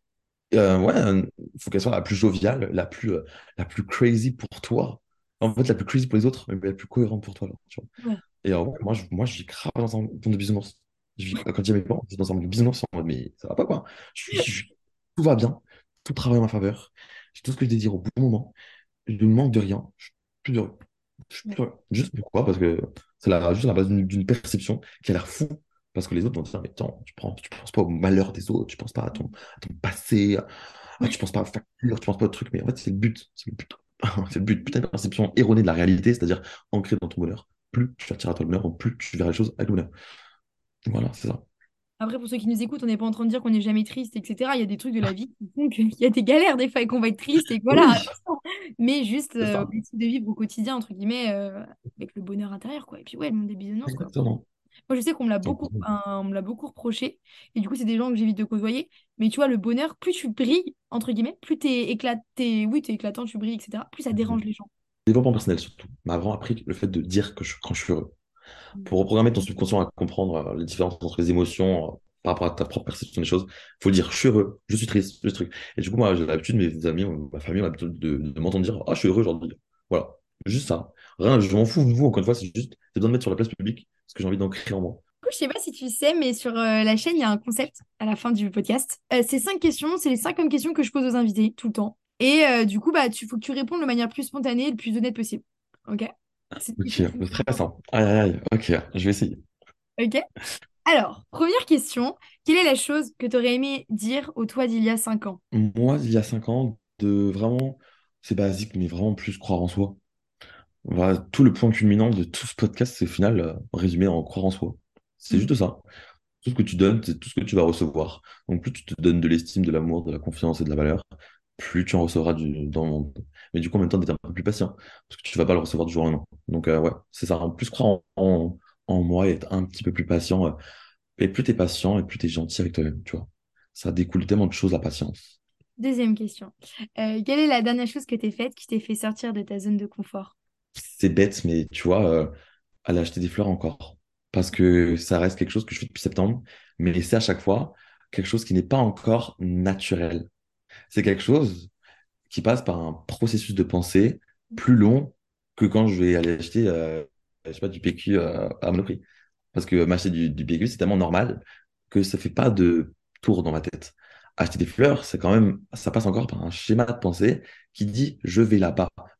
Euh, ouais, il faut qu'elle soit la plus joviale, la plus, euh, la plus crazy pour toi. En fait, la plus crazy pour les autres, mais la plus cohérente pour toi. Là, tu vois. Ouais. Et euh, ouais, moi, je, moi, je vis grave dans un monde de bisounours. Je vis, quand il y a mes parents, je vis dans un monde de bisounours, en mode, mais ça va pas quoi. Je suis, je suis- tout va bien, tout travaille en ma faveur. J'ai tout ce que je désire au bon moment. Je ne manque de rien. Je suis plus heureux. Je suis Ouais. plus heureux. Juste pourquoi? Parce que c'est la, juste à la base d'une d'une perception qui a l'air fou. Parce que les autres vont te dire, mais attends, tu prends, tu penses pas au malheur des autres, tu penses pas à ton, à ton passé, ah, tu penses pas à la facture, tu penses pas au truc, mais en fait, c'est le but. C'est le but. C'est le but. Plus t'as une perception erronée de la réalité, c'est-à-dire ancrée dans ton bonheur, plus tu attirer à toi le bonheur, plus tu verras les choses avec le bonheur. Voilà, c'est ça. Après, pour ceux qui nous écoutent, on n'est pas en train de dire qu'on n'est jamais triste, et cetera. Il y a des trucs de la vie qui font qu'il y a des galères des fois et qu'on va être triste et que voilà, Oui, attention. Mais juste, c'est euh, ça. on essaie de vivre au quotidien, entre guillemets, euh, avec le bonheur intérieur, quoi. Et puis, ouais, le monde des bisounours, quoi. Exactement. Moi, je sais qu'on me l'a Donc, beaucoup, un- on me l'a beaucoup reproché. Et du coup, c'est des gens que j'évite de côtoyer. Mais tu vois, le bonheur, plus tu brilles, entre guillemets, plus t'es éclaté, oui, t'es éclatant, tu brilles, et cetera. Plus ça dérange les gens. développement personnel surtout, m'a vraiment appris le fait de dire que je, quand je suis heureux. Pour reprogrammer ton subconscient à comprendre euh, les différences entre les émotions euh, par rapport à ta propre perception des choses, il faut dire je suis heureux, je suis triste, je suis truc. Et du coup, moi, j'ai l'habitude, mes amis, euh, ma famille ont l'habitude de, de m'entendre dire ah, je suis heureux aujourd'hui. Voilà, juste ça. Rien, je m'en fous de vous, encore une fois, c'est juste, j'ai besoin de mettre sur la place publique ce que j'ai envie d'en créer en moi. Du coup, je sais pas si tu sais, mais sur euh, la chaîne, il y a un concept à la fin du podcast. Euh, c'est cinq questions, c'est les cinq mêmes questions que je pose aux invités tout le temps. Et euh, du coup, bah, tu faut que tu répondes de manière plus spontanée et le plus honnête possible. Ok? C'est une Ok, question qui me fait stress, hein. Aïe, aïe, aïe. Ok, je vais essayer. Ok? Alors, première question. Quelle est la chose que tu aurais aimé dire au toi d'il y a cinq ans? Moi, il y a cinq ans, de vraiment, c'est basique, mais vraiment plus croire en soi. Voilà, tout le point culminant de tout ce podcast, c'est au final euh, résumé en croire en soi. C'est Mm. juste ça. Tout ce que tu donnes, c'est tout ce que tu vas recevoir. Donc, plus tu te donnes de l'estime, de l'amour, de la confiance et de la valeur, plus tu en recevras du, dans le monde. Mais du coup, en même temps, d'être un peu plus patient, parce que tu vas pas le recevoir du jour au lendemain. Donc, euh, ouais, c'est ça. En plus, croire en, en, en moi et être un petit peu plus patient. euh, et plus tu es patient, et plus tu es gentil avec toi-même, tu vois. Ça découle tellement de choses, la patience. Deuxième question. Euh, quelle est la dernière chose que tu as faite qui t'ait fait sortir de ta zone de confort? C'est bête, mais tu vois, euh, aller acheter des fleurs encore. Parce que ça reste quelque chose que je fais depuis septembre, mais c'est à chaque fois quelque chose qui n'est pas encore naturel. C'est quelque chose qui passe par un processus de pensée plus long que quand je vais aller acheter, euh, je sais pas, du P Q euh, à Monoprix. Parce que m'acheter du, du P Q, c'est tellement normal que ça fait pas de tour dans ma tête. Acheter des fleurs, c'est quand même, ça passe encore par un schéma de pensée qui dit je vais là-bas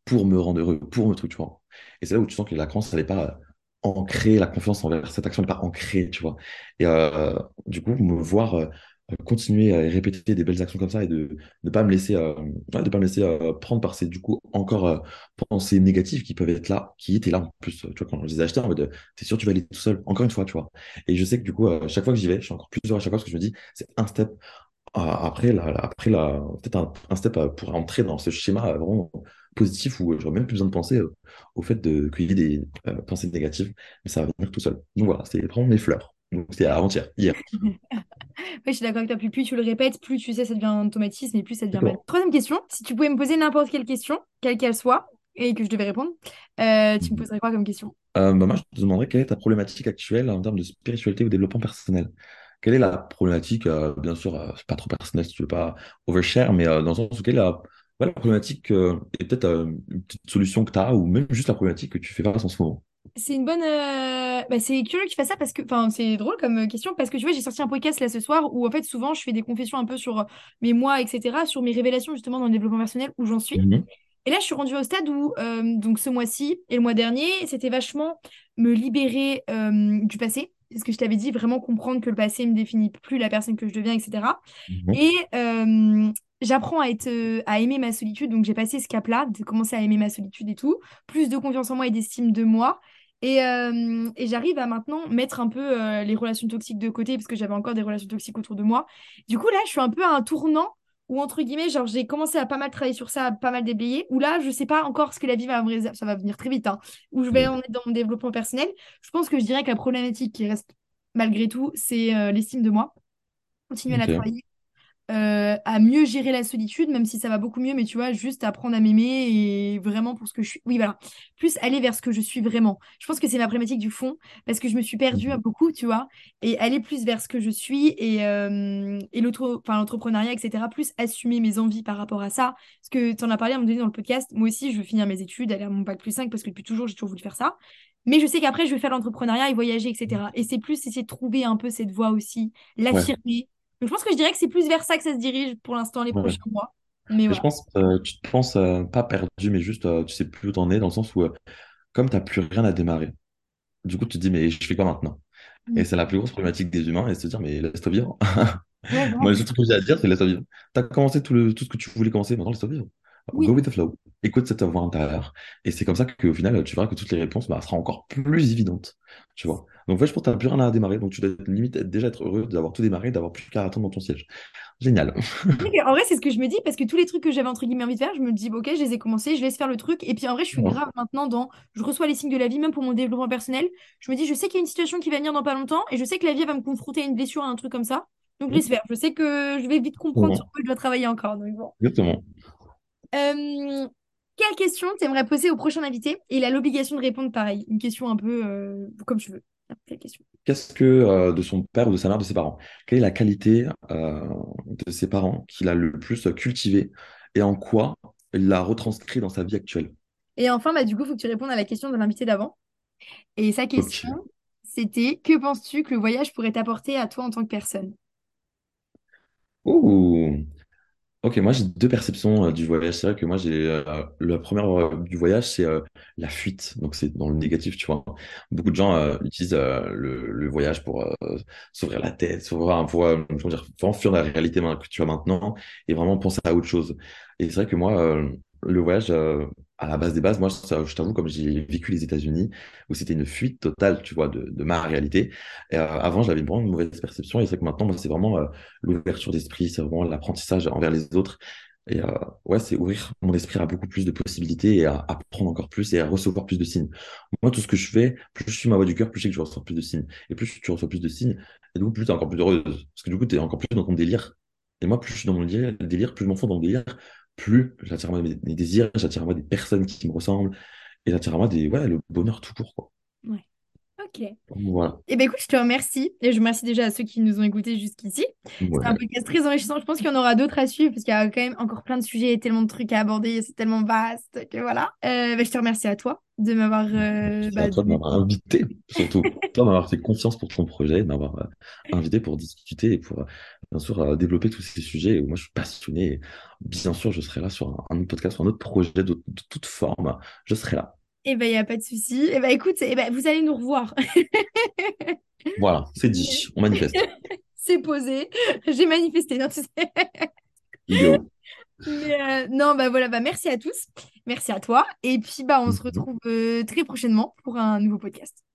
pour me rendre heureux, pour me truc, tu vois. Et c'est là où tu sens que la croyance, elle n'est pas euh, ancrée, la confiance envers cette action n'est pas ancrée, tu vois. Et euh, du coup, me voir euh, continuer à répéter des belles actions comme ça et de ne pas me laisser, euh, ouais, de pas me laisser euh, prendre par ces, du coup, encore euh, pensées négatives qui peuvent être là, qui étaient là en plus, tu vois, quand je les ai achetées, en mode, euh, t'es sûr, tu vas aller tout seul, encore une fois, tu vois. Et je sais que du coup, euh, chaque fois que j'y vais, je suis encore plus heureux à chaque fois parce que je me dis, c'est un step ah, après, la, la- après la, peut-être un, un step euh, pour entrer dans ce schéma euh, vraiment positif où euh, j'aurais même plus besoin de penser euh, au fait de qu'il y ait des euh, pensées négatives, mais ça va venir tout seul. Donc voilà, c'est vraiment mes fleurs. Donc c'était avant-hier, hier. Ouais, je suis d'accord avec toi. Plus, plus tu le répètes, plus tu sais, ça devient un automatisme et plus ça devient mal. Exactement. Troisième question, si tu pouvais me poser n'importe quelle question, quelle qu'elle soit, et que je devais répondre, euh, tu me Mhm. poserais quoi comme question? Euh, bah, moi, je te demanderais quelle est ta problématique actuelle en termes de spiritualité ou développement personnel. Quelle est la problématique, euh, bien sûr, euh, c'est pas trop personnel si tu veux pas overshare, mais euh, dans le sens où quelle est la, ouais, la problématique euh, et peut-être euh, une petite solution que tu as ou même juste la problématique que tu fais face en ce moment. C'est une bonne. euh, Bah, c'est curieux que tu fasses ça parce que. Enfin, c'est drôle comme euh, question parce que tu vois, j'ai sorti un podcast là ce soir où en fait, souvent, je fais des confessions un peu sur euh, mes mois, et cetera, sur mes révélations justement dans le développement personnel où j'en suis. Mhm. Et là, je suis rendue au stade où, euh, donc ce mois-ci et le mois dernier, c'était vachement me libérer euh, du passé. C'est ce que je t'avais dit, vraiment comprendre que le passé me définit plus la personne que je deviens, et cetera. Mhm. Et euh, j'apprends à être, euh, à aimer ma solitude. Donc j'ai passé ce cap-là, de commencer à aimer ma solitude et tout. Plus de confiance en moi et d'estime de moi. Et, euh, et j'arrive à maintenant mettre un peu euh, les relations toxiques de côté parce que j'avais encore des relations toxiques autour de moi. Du coup, là, je suis un peu à un tournant où, entre guillemets, genre, j'ai commencé à pas mal travailler sur ça, à pas mal déblayer. Où là, je sais pas encore ce que la vie va me réserver. Ça va venir très vite, hein. Où je vais en être dans mon développement personnel. Je pense que je dirais que la problématique qui reste malgré tout, c'est euh, l'estime de moi. Continuer à la Ok. travailler euh, à mieux gérer la solitude, même si ça va beaucoup mieux, mais tu vois, juste apprendre à m'aimer et vraiment pour ce que je suis. Oui, voilà. Plus aller vers ce que je suis vraiment. Je pense que c'est ma problématique du fond, parce que je me suis perdue à Mhm. beaucoup, tu vois, et aller plus vers ce que je suis et, euh, et l'autre, enfin, l'entrepreneuriat, et cetera. Plus assumer mes envies par rapport à ça. Parce que tu en as parlé à un moment donné dans le podcast, moi aussi, je veux finir mes études, aller à mon bac plus cinq parce que depuis toujours, j'ai toujours voulu faire ça. Mais je sais qu'après, je vais faire l'entrepreneuriat et voyager, et cetera. Et c'est plus essayer de trouver un peu cette voie aussi, Ouais, l'affirmer donc, je pense que je dirais que c'est plus vers ça que ça se dirige pour l'instant les ouais. prochains mois. Mais Et je voilà. pense, euh, tu te penses euh, pas perdu, mais juste, euh, tu sais plus où t'en es, dans le sens où, euh, comme t'as plus rien à démarrer, du coup, tu te dis, mais je fais quoi maintenant? Et Mm. c'est la plus grosse problématique des humains, et se dire, mais laisse-toi vivre. Ouais, Moi, le grave. seul truc que j'ai à te dire, c'est laisse-toi vivre. T'as commencé tout, le, tout ce que tu voulais commencer, maintenant laisse-toi vivre. Go Oui. with the flow. Écoute cette voix intérieure. Et c'est comme ça qu'au final, tu verras que toutes les réponses, bah, seront encore plus évidentes. Tu vois. Donc, en fait, je pense que t'as plus rien à démarrer, donc tu dois être- limite être- déjà être heureux d'avoir tout démarré, d'avoir plus qu'à attendre dans ton siège. Génial. Tu sais que, en vrai, c'est ce que je me dis parce que tous les trucs que j'avais entre guillemets envie de faire, je me dis, ok, je les ai commencés, je laisse faire le truc. Et puis en vrai, je suis Voilà. grave maintenant dans. Je reçois les signes de la vie, même pour mon développement personnel. Je me dis, je sais qu'il y a une situation qui va venir dans pas longtemps et je sais que la vie elle va me confronter à une blessure, à un truc comme ça. Donc je laisse faire. Je sais que je vais vite comprendre sur Exactement. quoi je dois travailler encore. Donc bon. Exactement. Euh, Quelle question t'aimerais poser au prochain invité? Et il a l'obligation de répondre pareil. Une question un peu euh, comme tu veux. Quelle question? Qu'est-ce que euh, de son père ou de sa mère, de ses parents? Quelle est la qualité euh, de ses parents qu'il a le plus cultivé et en quoi il l'a retranscrit dans sa vie actuelle? Et enfin, bah, du coup, il faut que tu répondes à la question de l'invité d'avant. Et sa question, Ok. c'était, que penses-tu que le voyage pourrait t'apporter à toi en tant que personne? Ouh. Ok, moi j'ai deux perceptions euh, du voyage. C'est vrai que moi j'ai euh, la première euh, du voyage, c'est euh, la fuite. Donc c'est dans le négatif, tu vois. Beaucoup de gens euh, utilisent euh, le, le voyage pour euh, s'ouvrir la tête, s'ouvrir un pour euh, comment dire, vraiment fuir la réalité ma- que tu as maintenant et vraiment penser à autre chose. Et c'est vrai que moi, euh, le voyage, euh, à la base des bases, moi ça, je t'avoue, comme j'ai vécu les États-Unis, où c'était une fuite totale, tu vois, de, de ma réalité. Et, euh, avant, j'avais vraiment une mauvaise perception. Et c'est vrai que maintenant, moi, c'est vraiment euh, l'ouverture d'esprit, c'est vraiment l'apprentissage envers les autres. Et euh, ouais, c'est ouvrir mon esprit à beaucoup plus de possibilités et à apprendre encore plus et à recevoir plus de signes. Moi, tout ce que je fais, plus je suis ma voix du cœur, plus je sais que je reçois plus de signes. Et plus tu reçois plus de signes, et donc plus tu es encore plus heureuse. Parce que du coup, tu es encore plus dans ton délire. Et moi, plus je suis dans mon délire, délire, plus je m'enfonce dans mon délire, plus j'attire à moi mes, mes désirs, j'attire à moi des personnes qui me ressemblent, et j'attire à moi des, ouais, le bonheur tout court, quoi. Ouais. Ok. Voilà. Eh ben écoute, je te remercie. Et je remercie déjà à ceux qui nous ont écoutés jusqu'ici. C'était un Ouais. podcast très enrichissant. Je pense qu'il y en aura d'autres à suivre parce qu'il y a quand même encore plein de sujets et tellement de trucs à aborder. C'est tellement vaste que voilà. Euh, ben, je te remercie à toi de m'avoir euh, C'est à bah, toi de donné. m'avoir invité, surtout. Toi, de m'avoir fait confiance pour ton projet, de m'avoir euh, invité pour discuter et pour bien sûr, à développer tous ces sujets où moi je suis passionné. Et bien sûr, je serai là sur un, un autre podcast ou un autre projet de, de toute forme. Je serai là. Eh ben, il n'y a pas de souci. Eh ben, écoute, eh ben, vous allez nous revoir. Voilà, c'est dit. On manifeste. C'est posé. J'ai manifesté, non, tu sais. Go. Mais euh, non, bah voilà, bah merci à tous. Merci à toi. Et puis, bah, on se Mhm. retrouve euh, très prochainement pour un nouveau podcast.